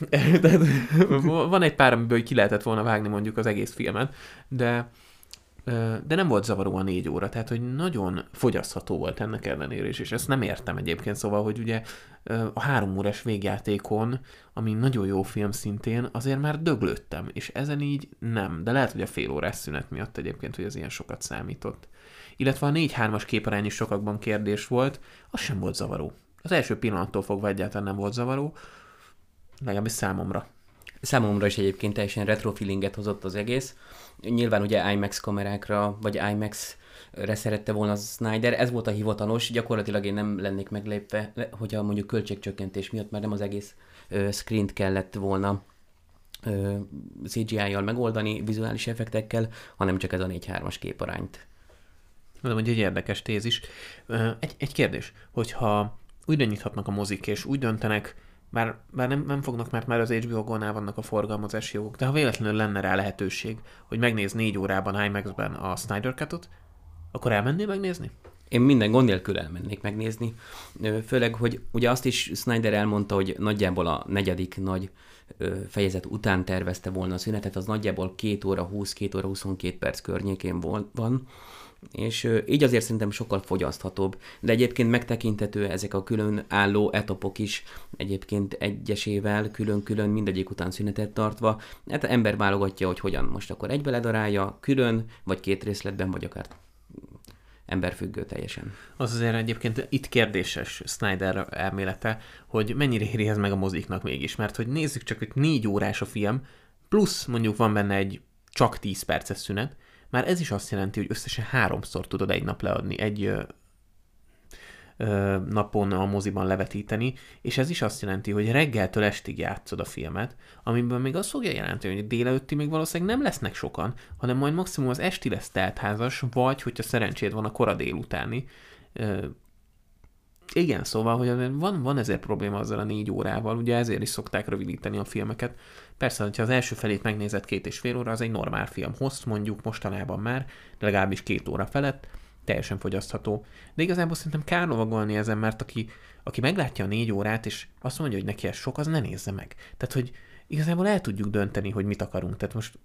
Van egy pár, amiből ki lehetett volna vágni mondjuk az egész filmet, de, de nem volt zavaró a négy óra, tehát hogy nagyon fogyasztható volt ennek ellenére is, és ezt nem értem egyébként, szóval, hogy ugye a három órás végjátékon, ami nagyon jó film szintén, azért már döglődtem, és ezen így nem, de lehet, hogy a fél órás szünet miatt egyébként, hogy az ilyen sokat számított. Illetve a négy hármas képarány is sokakban kérdés volt, az sem volt zavaró. Az első pillanattól fogva egyáltalán nem volt zavaró, legalábbis számomra. Számomra is egyébként teljesen retro feelinget hozott az egész. Nyilván ugye IMAX kamerákra, vagy IMAX-re szerette volna az Snyder, ez volt a hivatalos, gyakorlatilag én nem lennék meglépve, hogyha mondjuk költségcsökkentés miatt már nem az egész uh, screent kellett volna uh, cé gé í-jal megoldani, vizuális effektekkel, hanem csak ez a négy hármas képarányt. Mondom, hogy egy érdekes tézis. Egy, egy kérdés, hogyha úgy dönthetnek a mozik, és úgy döntenek, bár, bár nem, nem fognak, mert már az há bé o Go-nál vannak a forgalmazási jogok, de ha véletlenül lenne rá lehetőség, hogy megnéz négy órában IMAX-ben a Snyder Cut-ot, akkor elmennél megnézni? Én minden gond nélkül elmennék megnézni. Főleg, hogy ugye azt is Snyder elmondta, hogy nagyjából a negyedik nagy fejezet után tervezte volna a szünetet, az nagyjából két óra húsz, két óra huszonkét perc környékén van, és így azért szerintem sokkal fogyaszthatóbb, de egyébként megtekinthető ezek a külön álló etapok is egyébként egyesével, külön-külön mindegyik után szünetet tartva. Hát az ember válogatja, hogy hogyan most akkor egybe ledarálja, külön, vagy két részletben, vagy akár emberfüggő teljesen. Az azért egyébként itt kérdéses Snyder elmélete, hogy mennyire éri ez meg a moziknak mégis, mert hogy nézzük csak, hogy négy órás a film, plusz mondjuk van benne egy csak tíz perces szünet, már ez is azt jelenti, hogy összesen háromszor tudod egy nap leadni, egy ö, ö, napon a moziban levetíteni, és ez is azt jelenti, hogy reggeltől estig játszod a filmet, amiben még azt fogja jelenteni, hogy délelőtti még valószínűleg nem lesznek sokan, hanem majd maximum az esti lesz teltházas, vagy hogyha szerencséd van a kora délutáni. Ö, igen, szóval, hogy van, van ezért probléma azzal a négy órával, ugye ezért is szokták rövidíteni a filmeket. Persze, hogyha az első felét megnézed két és fél óra, az egy normál film hossz, mondjuk mostanában már, de legalábbis két óra felett, teljesen fogyasztható. De igazából szerintem kár lovagolni ezen, mert aki, aki meglátja a négy órát, és azt mondja, hogy neki ez sok, az ne nézze meg. Tehát, hogy igazából el tudjuk dönteni, hogy mit akarunk. Tehát most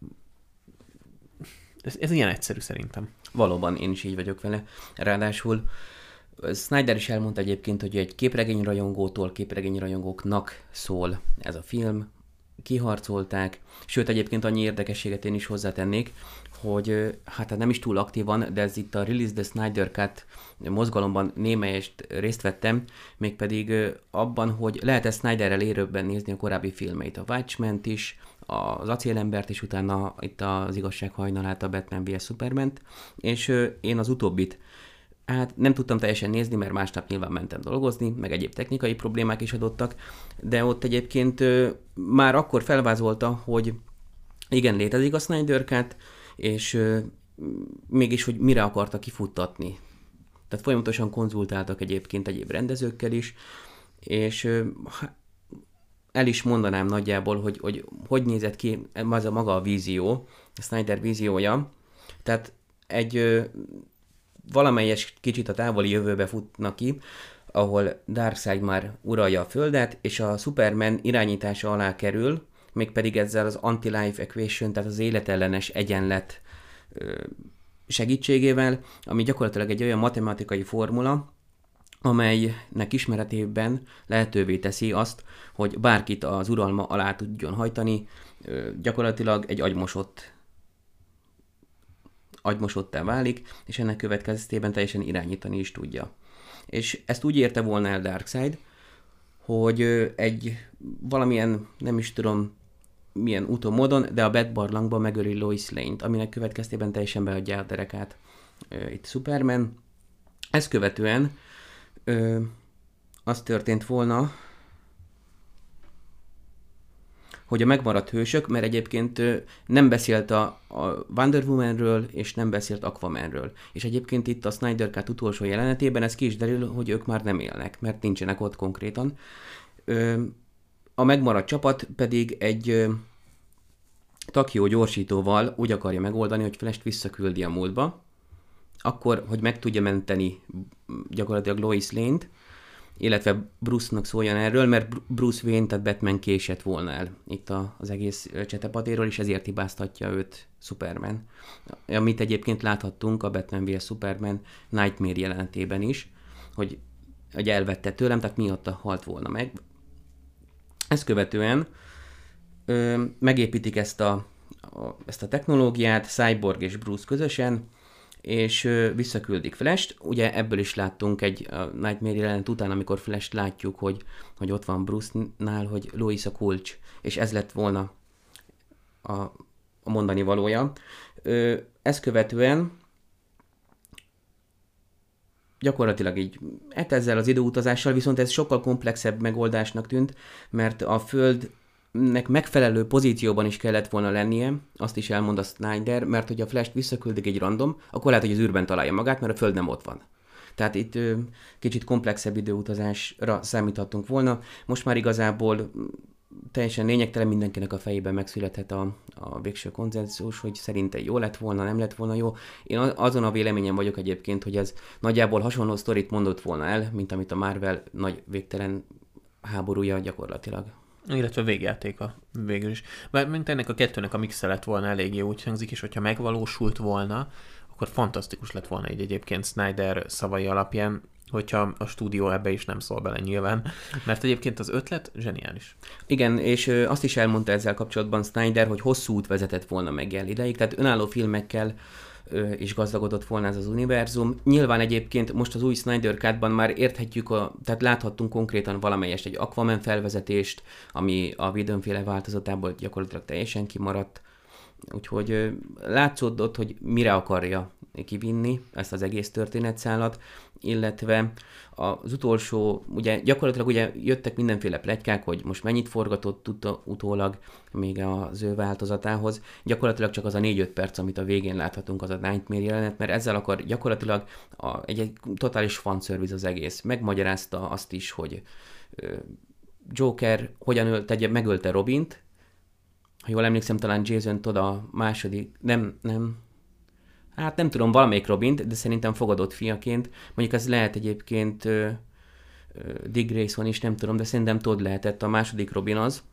ez, ez ilyen egyszerű szerintem. Valóban, én is így vagyok vele. Ráadásul Snyder is elmondta egyébként, hogy egy képregényrajongótól képregényrajongóknak szól ez a film, kiharcolták, sőt egyébként annyi érdekességet én is hozzátennék, hogy hát nem is túl aktívan, de ez itt a Release the Snyder Cut mozgalomban némelyest részt vettem, mégpedig abban, hogy lehet ezt Snyderrel érőbben nézni a korábbi filmeit, a Watchmen-t is, az Acélembert is, utána itt az Igazság hajnalát, a Batman versus. Superman-t, és én az utóbbit hát nem tudtam teljesen nézni, mert másnap nyilván mentem dolgozni, meg egyéb technikai problémák is adottak, de ott egyébként ö, már akkor felvázolta, hogy igen, létezik a Snyder Cut, és ö, mégis, hogy mire akarta kifuttatni. Tehát folyamatosan konzultáltak egyébként egyéb rendezőkkel is, és ö, el is mondanám nagyjából, hogy, hogy hogy nézett ki az a maga a vízió, a Snyder víziója. Tehát egy ö, valamelyes kicsit a távoli jövőbe futnak ki, ahol Darkseid már uralja a Földet, és a Superman irányítása alá kerül, mégpedig ezzel az anti-life equation, tehát az életellenes egyenlet segítségével, ami gyakorlatilag egy olyan matematikai formula, amelynek ismeretében lehetővé teszi azt, hogy bárkit az uralma alá tudjon hajtani, gyakorlatilag egy agymosott agymosottá válik, és ennek következtében teljesen irányítani is tudja. És ezt úgy érte volna el Darkseid, hogy ö, egy valamilyen, nem is tudom milyen úton, módon, de a Batbarlangban megöli Lois Lane-t, aminek következtében teljesen beadja a derekát ö, itt Superman. Ezt követően ö, az történt volna, hogy a megmaradt hősök, mert egyébként ö, nem beszélt a, a Wonder Womanről, és nem beszélt Aquamanről. És egyébként itt a Snyder Cut utolsó jelenetében ez ki is derül, hogy ők már nem élnek, mert nincsenek ott konkrétan. Ö, a megmaradt csapat pedig egy ö, Takio gyorsítóval úgy akarja megoldani, hogy Flash-t visszaküldi a múltba, akkor, hogy meg tudja menteni gyakorlatilag Lois Lane-t, illetve Bruce-nak szóljon erről, mert Bruce Wayne, tehát Batman késett volna el itt a, az egész csetepatéről, és ezért hibáztatja őt Superman. Amit egyébként láthattunk a Batman versus. Superman Nightmare jelenetében is, hogy, hogy elvette tőlem, tehát miatta halt volna meg. Ezt követően ö, megépítik ezt a, a, ezt a technológiát, Cyborg és Bruce közösen, és ö, visszaküldik Flash-t. Ugye ebből is láttunk egy a Nightmare jelenet után, amikor Flash-t látjuk, hogy, hogy ott van Bruce-nál, hogy Lois a kulcs, és ez lett volna a, a mondani valója. Ö, ezt követően gyakorlatilag így, hát ezzel az időutazással, viszont ez sokkal komplexebb megoldásnak tűnt, mert a Földnek megfelelő pozícióban is kellett volna lennie, azt is elmond a Snyder, mert hogy a Flash-t visszaküldik egy random, akkor lehet, hogy az űrben találja magát, mert a Föld nem ott van. Tehát itt ö, kicsit komplexebb időutazásra számíthattunk volna. Most már igazából teljesen lényegtelen, mindenkinek a fejében megszülethet a, a végső konszenzus, hogy szerinte jó lett volna, nem lett volna jó. Én azon a véleményen vagyok egyébként, hogy ez nagyjából hasonló sztorit mondott volna el, mint amit a Marvel nagy végtelen háborúja gyakorlatilag. Illetve végjátéka végül is. Mert mint ennek a kettőnek a mixe lett volna eléggé úgy hangzik, és hogyha megvalósult volna, akkor fantasztikus lett volna így egyébként Snyder szavai alapján, hogyha a stúdió ebbe is nem szól bele nyilván, mert egyébként az ötlet zseniális. Igen, és ö, azt is elmondta ezzel kapcsolatban Snyder, hogy hosszú út vezetett volna meg el ideig, tehát önálló filmekkel ö, is gazdagodott volna ez az univerzum. Nyilván egyébként most az új Snyder Cut-ban már érthetjük, a, tehát láthattunk konkrétan valamelyest egy Aquaman felvezetést, ami a Whedon-féle változatából gyakorlatilag teljesen kimaradt. Úgyhogy ö, látszódott, hogy mire akarja kivinni ezt az egész történetszálat, illetve az utolsó, ugye gyakorlatilag ugye jöttek mindenféle pletykák, hogy most mennyit forgatott ut- utólag még az ő változatához. Gyakorlatilag csak az a négy-öt perc, amit a végén láthatunk, az a Nightmare jelenet, mert ezzel akar gyakorlatilag a, egy, egy totális fanservice az egész. Megmagyarázta azt is, hogy ö, Joker hogyan öl, tegye, megölte Robint, ha jól emlékszem, talán Jason Todd a második, nem, nem, hát nem tudom, valamelyik Robint, de szerintem fogadott fiaként. Mondjuk ez lehet egyébként uh, uh, Dick Grayson is, nem tudom, de szerintem Todd lehetett a második Robin az.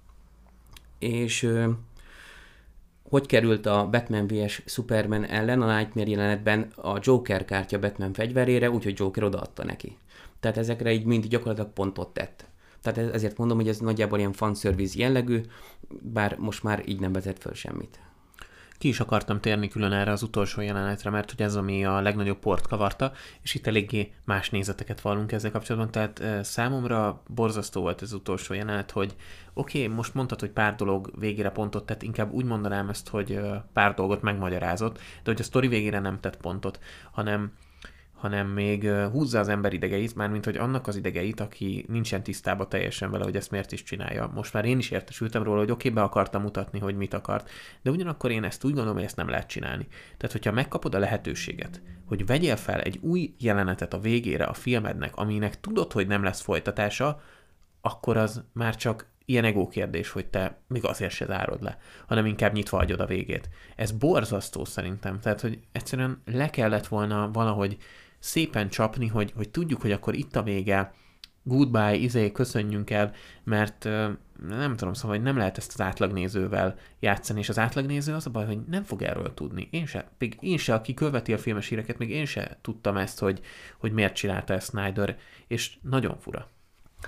És uh, hogy került a Batman versus. Superman ellen a Nightmare jelenetben a Joker kártya Batman fegyverére, úgyhogy Joker odaadta neki. Tehát ezekre így mind gyakorlatilag pontot tett. Tehát ezért mondom, hogy ez nagyjából ilyen fanservice jellegű, bár most már így nem vezet föl semmit. Ki is akartam térni külön erre az utolsó jelenetre, mert hogy ez, ami a legnagyobb port kavarta, és itt eléggé más nézeteket vallunk ezzel kapcsolatban, tehát e, számomra borzasztó volt ez az utolsó jelenet, hogy oké, okay, most mondtad, hogy pár dolog végére pontot tett, inkább úgy mondanám ezt, hogy e, pár dolgot megmagyarázott, de hogy a sztori végére nem tett pontot, hanem hanem még húzza az ember idegeit, mármint hogy annak az idegeit, aki nincsen tisztában teljesen vele, hogy ezt miért is csinálja. Most már én is értesültem róla, hogy oké, okay, be akartam mutatni, hogy mit akart, de ugyanakkor én ezt úgy gondolom, hogy ezt nem lehet csinálni. Tehát, hogyha megkapod a lehetőséget, hogy vegyél fel egy új jelenetet a végére a filmednek, aminek tudod, hogy nem lesz folytatása, akkor az már csak ilyen ego kérdés, hogy te még azért se zárod le, hanem inkább nyitva hagyod a végét. Ez borzasztó szerintem, tehát, hogy egyszerűen le kellett volna valahogy szépen csapni, hogy, hogy tudjuk, hogy akkor itt a vége, goodbye, izé, köszönjünk el, mert nem tudom, szóval, hogy nem lehet ezt az átlagnézővel játszani, és az átlagnéző az a baj, hogy nem fog erről tudni. Én se, még én se, aki követi a filmes híreket, még én se tudtam ezt, hogy, hogy miért csinálta ezt Snyder, és nagyon fura.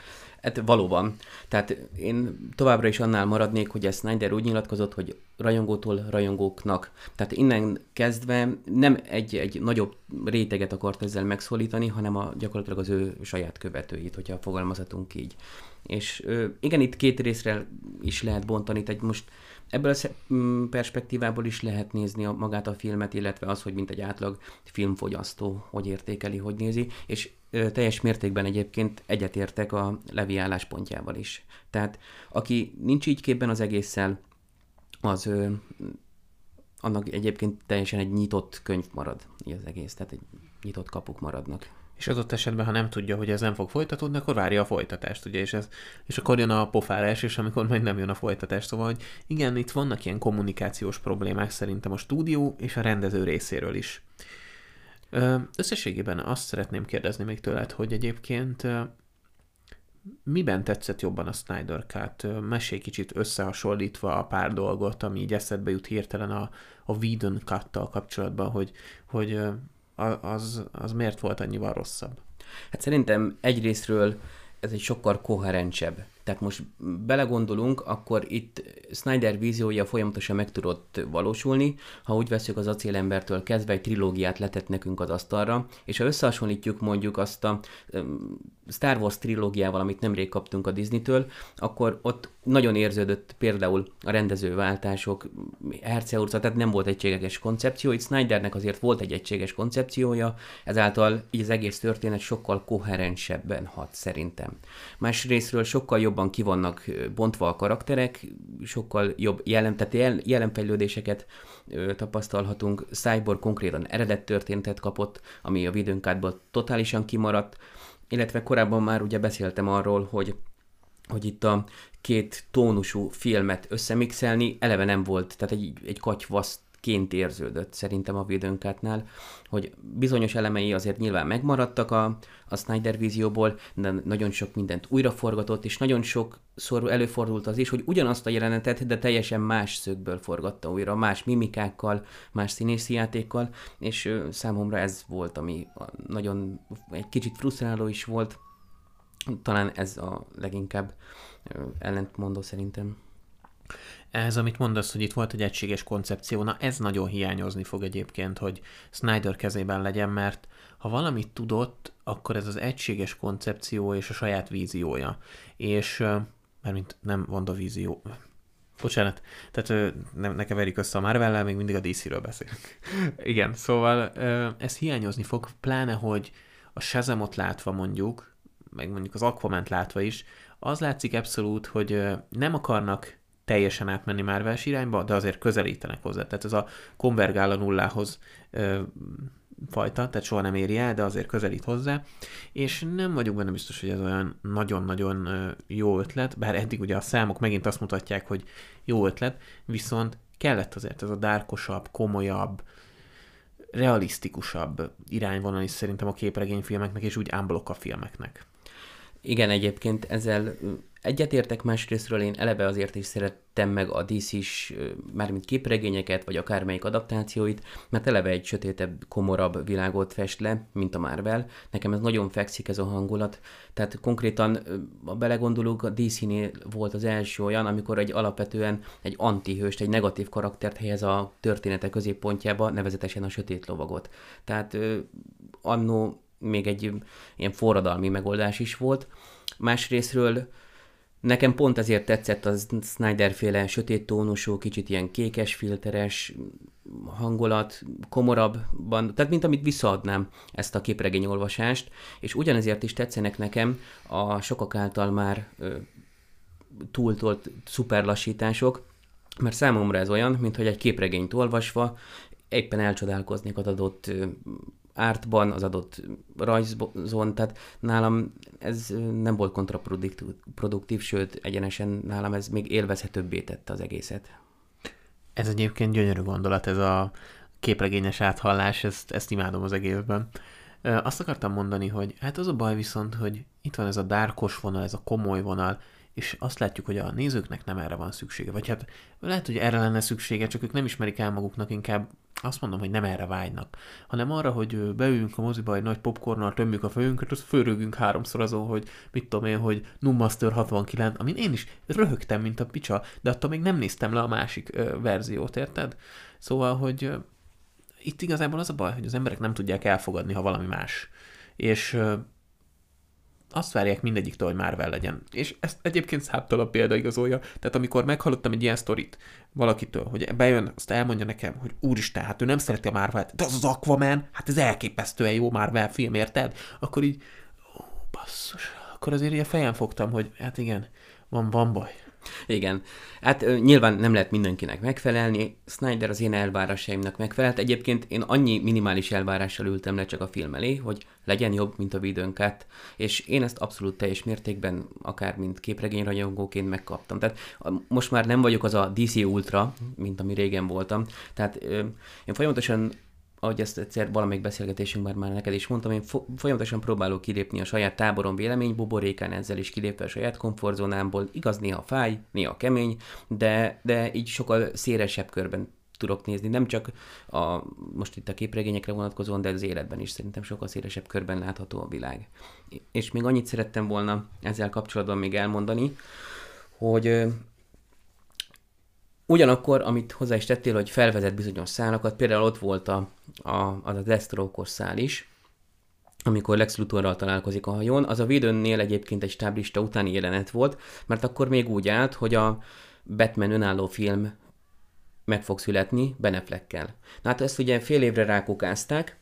Hát valóban. Tehát én továbbra is annál maradnék, hogy ezt Snyder úgy nyilatkozott, hogy rajongótól rajongóknak. Tehát innen kezdve nem egy, egy nagyobb réteget akart ezzel megszólítani, hanem a, gyakorlatilag az ő saját követőit, hogyha fogalmazhatunk így. És igen, itt két részre is lehet bontani, tehát most ebből a perspektívából is lehet nézni a, magát a filmet, illetve az, hogy mint egy átlag filmfogyasztó hogy értékeli, hogy nézi, és ö, teljes mértékben egyébként egyetértek a Levi álláspontjával is. Tehát aki nincs így képben az egésszel, az ö, annak egyébként teljesen egy nyitott könyv marad így az egész, tehát egy nyitott kapuk maradnak. És adott esetben, ha nem tudja, hogy ez nem fog folytatódni, akkor várja a folytatást, ugye, és, ez, és akkor jön a pofárás, és amikor majd nem jön a folytatás. Szóval, hogy igen, itt vannak ilyen kommunikációs problémák szerintem a stúdió és a rendező részéről is. Összességében azt szeretném kérdezni még tőled, hogy egyébként miben tetszett jobban a Snyder Cut? Mesélj kicsit összehasonlítva a pár dolgot, ami így eszedbe jut hirtelen a, a Whedon Cut-tal kapcsolatban, hogy, hogy az, az miért volt annyival rosszabb? Hát szerintem egyrészről ez egy sokkal koherensebb. Tehát most belegondolunk, akkor itt Snyder víziója folyamatosan meg tudott valósulni, ha úgy veszük az Acélembertől kezdve egy trilógiát letett nekünk az asztalra, és ha összehasonlítjuk mondjuk azt a Star Wars trilógiával, amit nemrég kaptunk a Disney-től, akkor ott nagyon érződött például a rendezőváltások, herceurca, tehát nem volt egységes koncepció, itt Snydernek azért volt egy egységes koncepciója, ezáltal így az egész történet sokkal koherensebben hat szerintem. Másrésztről sokkal jobban ki vannak bontva a karakterek, sokkal jobb jellem, tehát jel, jellemfejlődéseket ö, tapasztalhatunk. Cyborg konkrétan eredet történetet kapott, ami a Whedon Cut-ból totálisan kimaradt, illetve korábban már ugye beszéltem arról, hogy, hogy itt a két tónusú filmet összemixelni eleve nem volt, tehát egy, egy katyvasztként érződött szerintem a Whedon Cut-nál, hogy bizonyos elemei azért nyilván megmaradtak a, a Snyder vízióból, de nagyon sok mindent újraforgatott, és nagyon sokszor előfordult az is, hogy ugyanazt a jelenetet, de teljesen más szögből forgatta újra, más mimikákkal, más színészi játékkal, és ö, számomra ez volt, ami nagyon egy kicsit frusztráló is volt. Talán ez a leginkább ö, ellentmondó szerintem. Ez, amit mondasz, hogy itt volt egy egységes koncepció, na ez nagyon hiányozni fog egyébként, hogy Snyder kezében legyen, mert ha valamit tudott, akkor ez az egységes koncepció és a saját víziója. És, mármint nem WandaVision, bocsánat, tehát ne, ne keverjük össze a Marvel-lel, még mindig a dé cé-ről beszélünk. Igen, szóval ez hiányozni fog, pláne, hogy a Shazamot látva mondjuk, meg mondjuk az Aquament látva is, az látszik abszolút, hogy nem akarnak teljesen átmenni Marvel-s irányba, de azért közelítenek hozzá. Tehát ez a konvergál a nullához ö, fajta, tehát soha nem éri el, de azért közelít hozzá, és nem vagyok benne biztos, hogy ez olyan nagyon-nagyon ö, jó ötlet, bár eddig ugye a számok megint azt mutatják, hogy jó ötlet, viszont kellett azért ez a dárkosabb, komolyabb, realisztikusabb irányvonal is szerintem a képregényfilmeknek, és úgy unblock a filmeknek. Igen, egyébként ezzel egyetértek, másrésztről én eleve azért is szerettem meg a dé cé-s, mármint képregényeket, vagy akármelyik adaptációit, mert eleve egy sötétebb, komorabb világot fest le, mint a Marvel. Nekem ez nagyon fekszik ez a hangulat. Tehát konkrétan, ha belegondolunk, a dé cé-nél volt az első olyan, amikor egy alapvetően egy antihőst, egy negatív karaktert helyez a története középpontjába, nevezetesen a sötét lovagot. Tehát annó még egy ilyen forradalmi megoldás is volt. Másrésztről nekem pont ezért tetszett a Snyder-féle sötét tónusú, kicsit ilyen kékes, filteres hangulat, komorabban, tehát mint amit visszaadnám ezt a képregényolvasást, és ugyanezért is tetszenek nekem a sokak által már ö, túltolt szuperlassítások, mert számomra ez olyan, mintha egy képregényt olvasva éppen elcsodálkoznék az adott ö, ártban, az adott rajzon, tehát nálam ez nem volt kontraproduktív, produktív, sőt, egyenesen nálam ez még élvezhetőbbé tette az egészet. Ez egyébként gyönyörű gondolat, ez a képregényes áthallás, ezt, ezt imádom az egészben. Azt akartam mondani, hogy hát az a baj viszont, hogy itt van ez a dárkos vonal, ez a komoly vonal, és azt látjuk, hogy a nézőknek nem erre van szüksége. Vagy hát lehet, hogy erre lenne szüksége, csak ők nem ismerik el maguknak, inkább azt mondom, hogy nem erre vágynak, hanem arra, hogy beüljünk a moziba egy nagy popcornnal, tömjük a fejünket, azt fölrögünk háromszor azon, hogy mit tudom én, hogy Numaster hatvankilenc, amin én is röhögtem, mint a picsa, de attól még nem néztem le a másik ö, verziót, érted? Szóval, hogy ö, itt igazából az a baj, hogy az emberek nem tudják elfogadni, ha valami más. És ö, azt várják mindegyiktől, hogy Marvel legyen. És ezt egyébként számtalan példa igazolja. Tehát amikor meghallottam egy ilyen sztorit valakitől, hogy bejön, azt elmondja nekem, hogy úristen, hát ő nem szereti a Marvelt, de az az Aquaman, hát ez elképesztően jó Marvel film, érted? Akkor így, ó, basszus, akkor azért így a fejem fogtam, hogy hát igen, van, van baj. Igen. Hát ö, nyilván nem lehet mindenkinek megfelelni. Snyder az én elvárásaimnak megfelelt. Egyébként én annyi minimális elvárással ültem le csak a film elé, hogy legyen jobb, mint a Whedon Cut, és én ezt abszolút teljes mértékben, akár mint képregényrajongóként megkaptam. Tehát most már nem vagyok az a dé cé Ultra, mint ami régen voltam. Tehát ö, én folyamatosan, ahogy ezt egyszer valamelyik beszélgetésünkben már neked is mondtam, én fo- folyamatosan próbálok kilépni a saját táborom vélemény buborékán, ezzel is kilépve a saját komfortzónámból. Igaz, néha fáj, néha kemény, de, de így sokkal szélesebb körben tudok nézni. Nem csak a, most itt a képregényekre vonatkozóan, de az életben is szerintem sokkal szélesebb körben látható a világ. És még annyit szerettem volna ezzel kapcsolatban még elmondani, hogy ugyanakkor, amit hozzá is tettél, hogy felvezet bizonyos szálakat, például ott volt a, a, az a Deathstroke-os szál is, amikor Lex Luthorral találkozik a hajón, az a Whedonnél egyébként egy stáblista utáni jelenet volt, mert akkor még úgy állt, hogy a Batman önálló film meg fog születni Ben Affleckkel. Na hát ezt ugye fél évre rákukázták,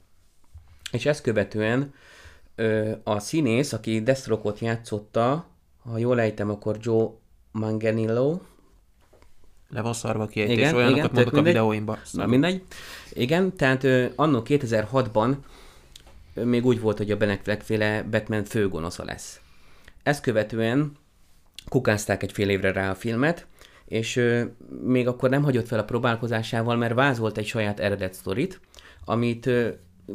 és ezt követően ö, a színész, aki Deathstroke-ot játszotta, ha jól ejtem, akkor Joe Manganiello, Le van szarva kiejtés, igen, olyanokat igen, mondok a videóimban. Na mindegy. Igen, tehát ö, anno kétezer-hatban ö, még úgy volt, hogy a Ben Affleck-féle Batman főgonosza lesz. Ezt követően kukázták egy fél évre rá a filmet, és ö, még akkor nem hagyott fel a próbálkozásával, mert vázolt egy saját eredet sztorit, amit ö,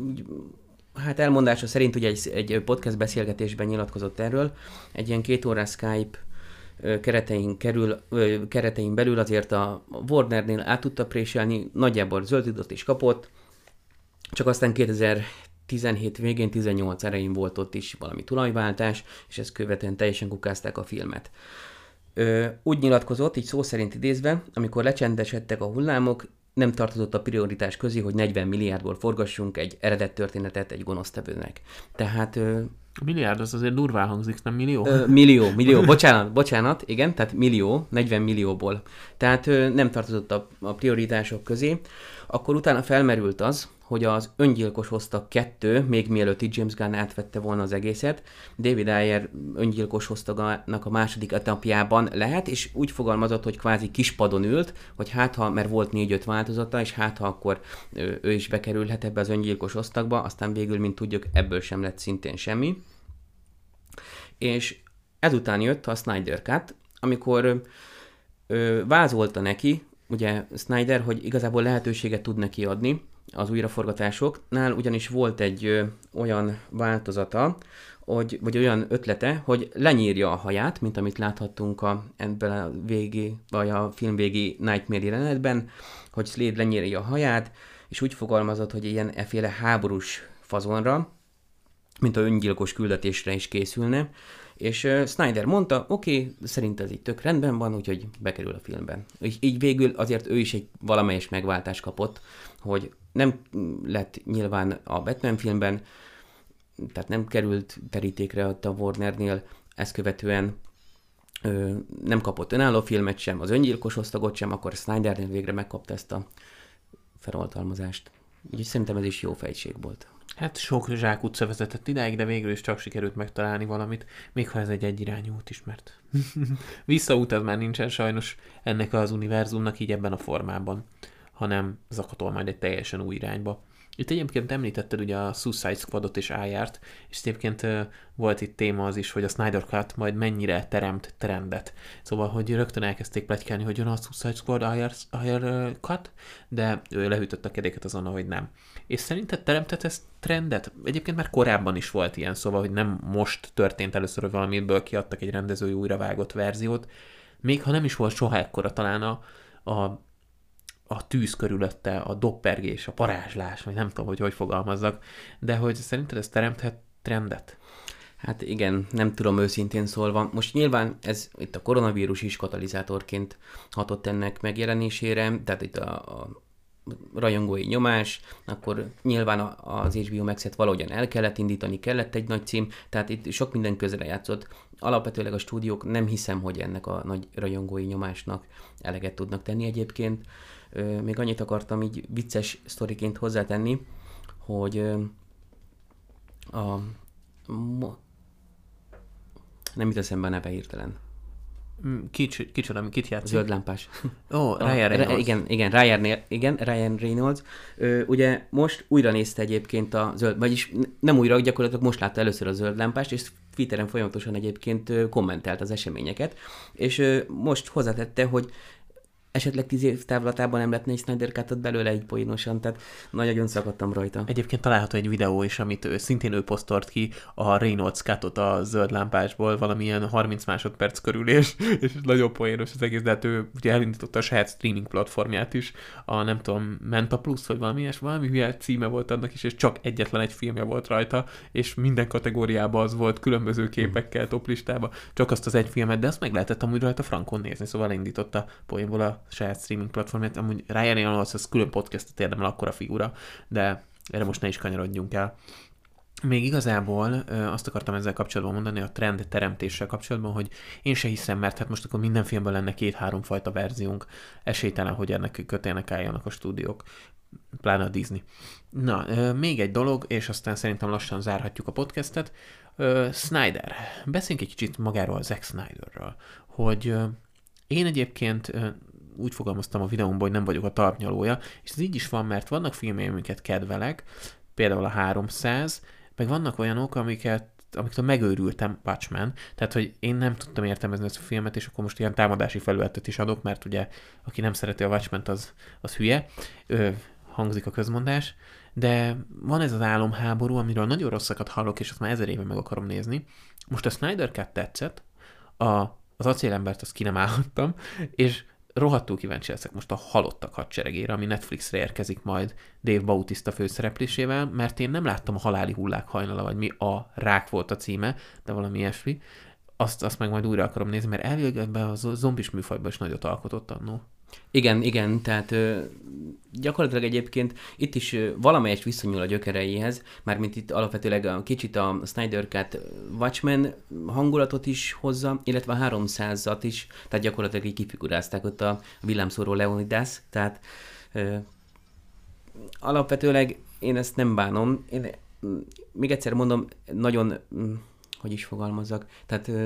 hát elmondása szerint ugye egy, egy podcast beszélgetésben nyilatkozott erről, egy ilyen két órás Skype keretein, kerül, keretein belül azért a Warnernél át tudta préselni, nagyjából zöldidot is kapott, csak aztán kétezer-tizenhét végén, tizennyolc elején volt ott is valami tulajváltás, és ezt követően teljesen kukázták a filmet. Úgy nyilatkozott, így szó szerint idézve, amikor lecsendesedtek a hullámok, nem tartozott a prioritás közé, hogy negyven milliárdból forgassunk egy eredet történetet egy gonosztevőnek. Tehát... A milliárd az azért durván hangzik, nem millió? Ö, millió, millió, bocsánat, bocsánat, igen, tehát millió, negyven millióból. Tehát ö, nem tartozott a, a prioritások közé. Akkor utána felmerült az, hogy az Öngyilkos Osztag kettő, még mielőtt itt James Gunn átvette volna az egészet, David Ayer Öngyilkos Osztagának a második etapjában lehet, és úgy fogalmazott, hogy kvázi kispadon ült, hogy hát ha, mert volt négy-öt változata, és hát ha akkor ő, ő is bekerülhet ebbe az Öngyilkos Osztagba, aztán végül, mint tudjuk, ebből sem lett szintén semmi. És ezután jött a Snyder Cut, amikor ö, vázolta neki, ugye Snyder, hogy igazából lehetőséget tud neki adni az újraforgatásoknál, ugyanis volt egy ö, olyan változata, hogy, vagy olyan ötlete, hogy lenyírja a haját, mint amit láthattunk a, ebben a végi, vagy a film végi Nightmare jelenetben, hogy Slade lenyírja a haját, és úgy fogalmazott, hogy ilyen efféle háborús fazonra, mint a öngyilkos küldetésre is készülne, és uh, Snyder mondta, oké, okay, szerint ez így tök rendben van, úgyhogy bekerül a filmben. És így végül azért ő is egy valamelyes megváltást kapott, hogy nem lett nyilván a Batman filmben, tehát nem került terítékre a Warnernél, ezt követően ö, nem kapott önálló filmet sem, az Öngyilkos Osztagot sem, akkor Snydernél végre megkapta ezt a feloltalmazást. Úgyhogy szerintem ez is jó fejtség volt. Hát sok zsákutca vezetett idáig, de végül is csak sikerült megtalálni valamit, még ha ez egy egyirányú út is, mert visszaút az már nincsen sajnos ennek az univerzumnak így ebben a formában, hanem zakatol majd egy teljesen új irányba. Itt egyébként említetted ugye a Suicide Squadot és Ayert, és egyébként uh, volt itt téma az is, hogy a Snyder Cut majd mennyire teremt trendet. Szóval, hogy rögtön elkezdték pletykálni, hogy jön a Suicide Squad Ayer, Ayer uh, Cut, de ő lehűtött a kedéket azon, hogy nem. És szerinted teremtett ez trendet? Egyébként már korábban is volt ilyen, szóval, hogy nem most történt először, hogy valamiből kiadtak egy rendezői újravágott verziót, még ha nem is volt soha ekkora talán a, a a tűz körülötte, a doppergés, a parázslás, vagy nem tudom, hogy hogy fogalmazzak, de hogy szerinted ez teremthet trendet? Hát igen, nem tudom őszintén szólva. Most nyilván ez itt a koronavírus is katalizátorként hatott ennek megjelenésére, tehát itt a, a rajongói nyomás, akkor nyilván az há bé o Max-et valahogyan el kellett indítani, kellett egy nagy cím, tehát itt sok minden közre játszott. Alapvetőleg a stúdiók nem hiszem, hogy ennek a nagy rajongói nyomásnak eleget tudnak tenni egyébként. Még annyit akartam így vicces sztoriként hozzátenni, hogy a nem jut eszembe a neve hirtelen. Kics, kicsoda, kit játszik? Zöld lámpás. Ó, oh, Ryan Reynolds. Igen, igen, Ryan, igen, Ryan Reynolds. Ö, ugye most újra nézte egyébként a zöld, vagyis nem újra, gyakorlatilag most látta először a zöld lámpást, és Twitteren folyamatosan egyébként kommentelt az eseményeket, és ö, most hozzátette, hogy esetleg tíz év távlatában nem lehetne egy Snyder Cut-ot belőle egy poénosan, tehát nagyon szakadtam rajta. Egyébként található egy videó is, amit ő, szintén ő posztolt ki, a Reynolds Cut-ot a zöld lámpásból, valamilyen harminc másodperc körül, és, és nagyon poénos az egész, de hát ő ugye elindította a saját streaming platformját is, a nem tudom, Menta Plus, vagy valami ilyes, valami hülye címe volt annak is, és csak egyetlen egy filmje volt rajta, és minden kategóriában az volt, különböző képekkel, toplistában, csak azt az egy filmet, de azt meg lehetett amúgy rajta frankon nézni, szóval elindította poénból a saját streaming platformját. Amúgy Ryan Reynolds az külön podcastot érdemel, akkora figura, de erre most ne is kanyarodjunk el. Még igazából ö, azt akartam ezzel kapcsolatban mondani, a trend teremtéssel kapcsolatban, hogy én se hiszem, mert hát most akkor minden filmben lenne két-három fajta verziónk. Esélytelen, hogy ennek kötélnek álljanak a stúdiók, pláne a Disney. Na, ö, még egy dolog, és aztán szerintem lassan zárhatjuk a podcastet. Ö, Snyder. Beszéljünk egy kicsit magáról, a Zack Snyderről, hogy ö, én egyébként ö, úgy fogalmaztam a videómban, hogy nem vagyok a talpnyalója, és ez így is van, mert vannak filmjeim, amiket kedvelek, például a háromszáz, meg vannak olyanok, amiket, amiktől megőrültem, Watchmen, tehát, hogy én nem tudtam értelmezni ezt a filmet, és akkor most ilyen támadási felületet is adok, mert ugye, aki nem szereti a Watchmen-t, az, az hülye, Ö, hangzik a közmondás, de van ez az álomháború, amiről nagyon rosszakat hallok, és azt már ezer éve meg akarom nézni. Most a Snyder Cut tetszett, a, az acélembert azt ki nem állhattam, és rohadtul kíváncsi leszek most a Halottak hadseregére, ami Netflixre érkezik majd Dave Bautista főszereplésével, mert én nem láttam a Haláli hullák hajnala, vagy mi a Rák volt a címe, de valami ilyesmi. Azt, azt meg majd újra akarom nézni, mert elvileg ebben a zombis műfajban is nagyot alkotott annó. Igen, igen, tehát ö, gyakorlatilag egyébként itt is ö, valamelyest viszonyul a gyökereihez, mármint itt alapvetőleg a, kicsit a Snyder Cut Watchmen hangulatot is hozza, illetve a háromszázat is, tehát gyakorlatilag így kifigurázták ott a villámszóró Leonidas, tehát ö, alapvetőleg én ezt nem bánom, én még egyszer mondom, nagyon, hogy is fogalmazzak, tehát ö,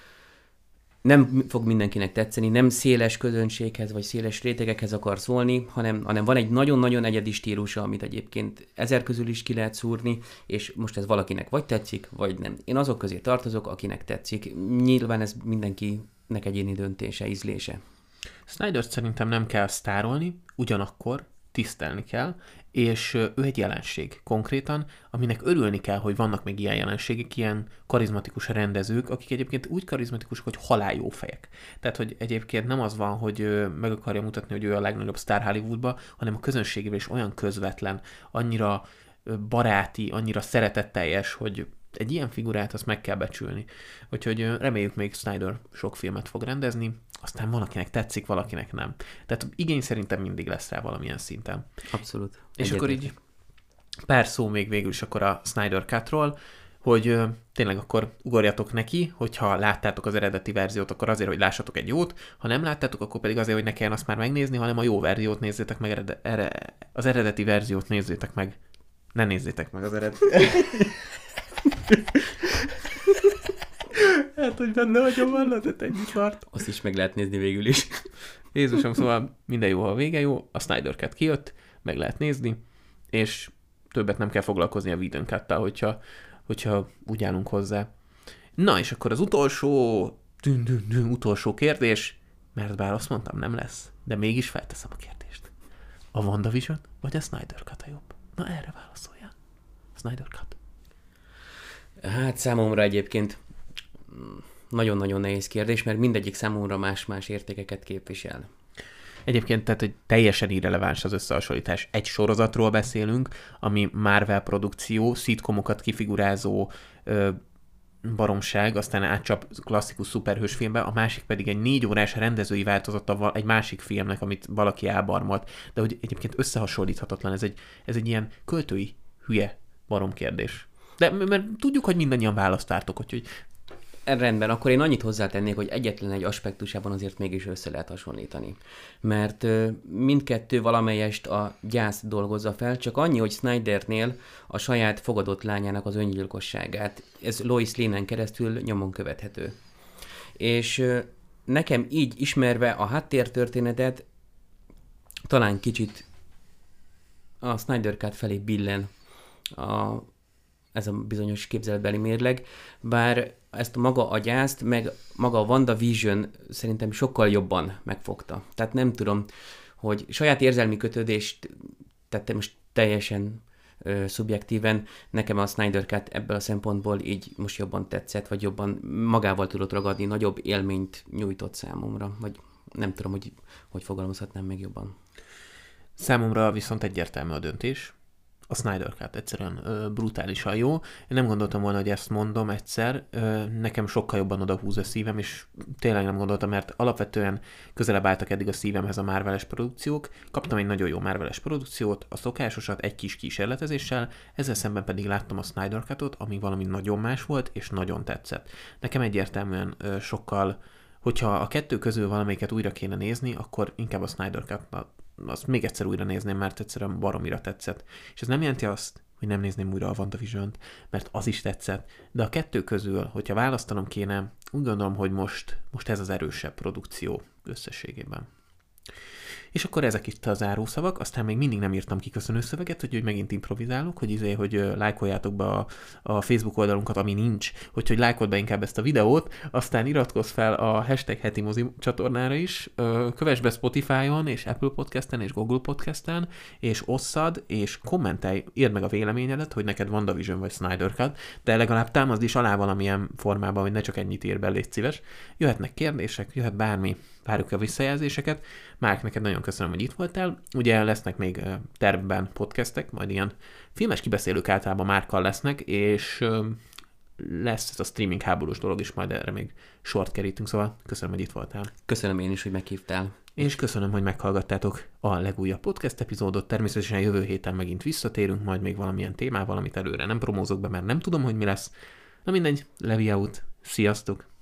nem fog mindenkinek tetszeni, nem széles közönséghez vagy széles rétegekhez akar szólni, hanem, hanem van egy nagyon-nagyon egyedi stílusa, amit egyébként ezer közül is ki lehet szúrni, és most ez valakinek vagy tetszik, vagy nem. Én azok közé tartozok, akinek tetszik. Nyilván ez mindenkinek egyéni döntése, ízlése. Snydert szerintem nem kell sztárolni, ugyanakkor tisztelni kell, és ő egy jelenség konkrétan, aminek örülni kell, hogy vannak még ilyen jelenségek, ilyen karizmatikus rendezők, akik egyébként úgy karizmatikusok, hogy halál jó fejek. Tehát, hogy egyébként nem az van, hogy ő meg akarja mutatni, hogy ő a legnagyobb sztár Hollywoodban, hanem a közönségével is olyan közvetlen, annyira baráti, annyira szeretetteljes, hogy egy ilyen figurát azt meg kell becsülni. Úgyhogy reméljük még Snyder sok filmet fog rendezni, aztán valakinek tetszik, valakinek nem. Tehát igény szerintem mindig lesz rá valamilyen szinten. Abszolút. És Egyetlen. akkor így pár szó még végül is akkor a Snyder Cut-ról, hogy ö, tényleg akkor ugorjatok neki, hogyha láttátok az eredeti verziót, akkor azért, hogy lássatok egy jót, ha nem láttátok, akkor pedig azért, hogy ne kelljen azt már megnézni, hanem a jó verziót nézzétek meg, erede, ere, az eredeti verziót nézzétek meg. Ne nézzétek meg az eredeti. Hát, hogy benne vagyom van, de ennyi tart. Azt is meg lehet nézni végül is. Jézusom, szóval minden jó, ha a vége jó, a Snyder Cut kijött, meg lehet nézni, és többet nem kell foglalkozni a Whedon Cut-tal, hogyha, hogyha úgy állunk hozzá. Na, és akkor az utolsó, dün, dün, dün, utolsó kérdés, mert bár azt mondtam, nem lesz, de mégis felteszem a kérdést. A WandaVision vagy a Snyder Cut a jobb? Na, erre válaszoljál. Snyder Cut. Hát számomra egyébként nagyon-nagyon nehéz kérdés, mert mindegyik számomra más-más értékeket képvisel. Egyébként tehát, hogy teljesen irreleváns az összehasonlítás. Egy sorozatról beszélünk, ami Marvel produkció, szitcomokat kifigurázó ö, baromság, aztán átcsap klasszikus szuperhős filmbe, a másik pedig egy négy órás rendezői változata egy másik filmnek, amit valaki elbarmolt. De hogy egyébként összehasonlíthatatlan, ez egy, ez egy ilyen költői hülye baromkérdés. De mert tudjuk, hogy mindannyian választártok, úgyhogy Rendben, akkor én annyit hozzátennék, hogy egyetlen egy aspektusában azért mégis össze lehet hasonlítani. Mert ö, mindkettő valamelyest a gyászt dolgozza fel, csak annyi, hogy Snydernél a saját fogadott lányának az öngyilkosságát, ez Lois Lane-en keresztül nyomon követhető. És ö, nekem így ismerve a háttértörténetet talán kicsit a Snyder Cut felé billen a ez a bizonyos képzeletbeli mérleg, bár ezt a maga a gyászt, meg maga a WandaVision szerintem sokkal jobban megfogta. Tehát nem tudom, hogy saját érzelmi kötődést, tehát most teljesen ö, szubjektíven, nekem a Snyder Cut ebből a szempontból így most jobban tetszett, vagy jobban magával tudott ragadni, nagyobb élményt nyújtott számomra, vagy nem tudom, hogy hogy fogalmazhatnám meg jobban. Számomra viszont egyértelmű a döntés. A Snyder Cut egyszerűen ö, brutálisan jó. Én nem gondoltam volna, hogy ezt mondom egyszer. Ö, nekem sokkal jobban odahúz a szívem, és tényleg nem gondoltam, mert alapvetően közelebb álltak eddig a szívemhez a Marvel-es produkciók. Kaptam egy nagyon jó Marvel-es produkciót, a szokásosat egy kis kísérletezéssel, ezzel szemben pedig láttam a Snyder Cut-ot, ami valami nagyon más volt, és nagyon tetszett. Nekem egyértelműen ö, sokkal, hogyha a kettő közül valamelyiket újra kéne nézni, akkor inkább a Snyder Cut azt még egyszer újra nézném, mert egyszerűen baromira tetszett. És ez nem jelenti azt, hogy nem nézném újra a WandaVision-t, mert az is tetszett. De a kettő közül, hogyha választanom kéne, úgy gondolom, hogy most, most ez az erősebb produkció összességében. És akkor ezek itt a zárószavak, aztán még mindig nem írtam ki köszönő szöveget, hogy, hogy megint improvizálok, hogy izé, hogy uh, lájkoljátok be a, a Facebook oldalunkat, ami nincs, hogy, hogy lájkold be inkább ezt a videót, aztán iratkozz fel a hashtag heti mozi csatornára is, uh, kövess be Spotify-on, és Apple Podcasten, és Google Podcasten, és osszad, és kommentelj, írd meg a véleményedet, hogy neked WandaVision vagy Snyder Cut, de legalább támaszd is alá valamilyen formában, hogy ne csak ennyit ír be, légy szíves. Jöhetnek kérdések, jöhet bármi. Várjuk a visszajelzéseket. Márk, neked nagyon köszönöm, hogy itt voltál. Ugye lesznek még tervben podcastek, majd ilyen filmes kibeszélők általában Márkkal lesznek, és lesz ez a streaming háborús dolog is, majd erre még sort kerítünk, szóval köszönöm, hogy itt voltál. Köszönöm én is, hogy meghívtál. És köszönöm, hogy meghallgattátok a legújabb podcast epizódot. Természetesen jövő héten megint visszatérünk, majd még valamilyen témával, amit előre nem promózok be, mert nem tudom, hogy mi lesz. Na mindegy, Levi out. Sziasztok!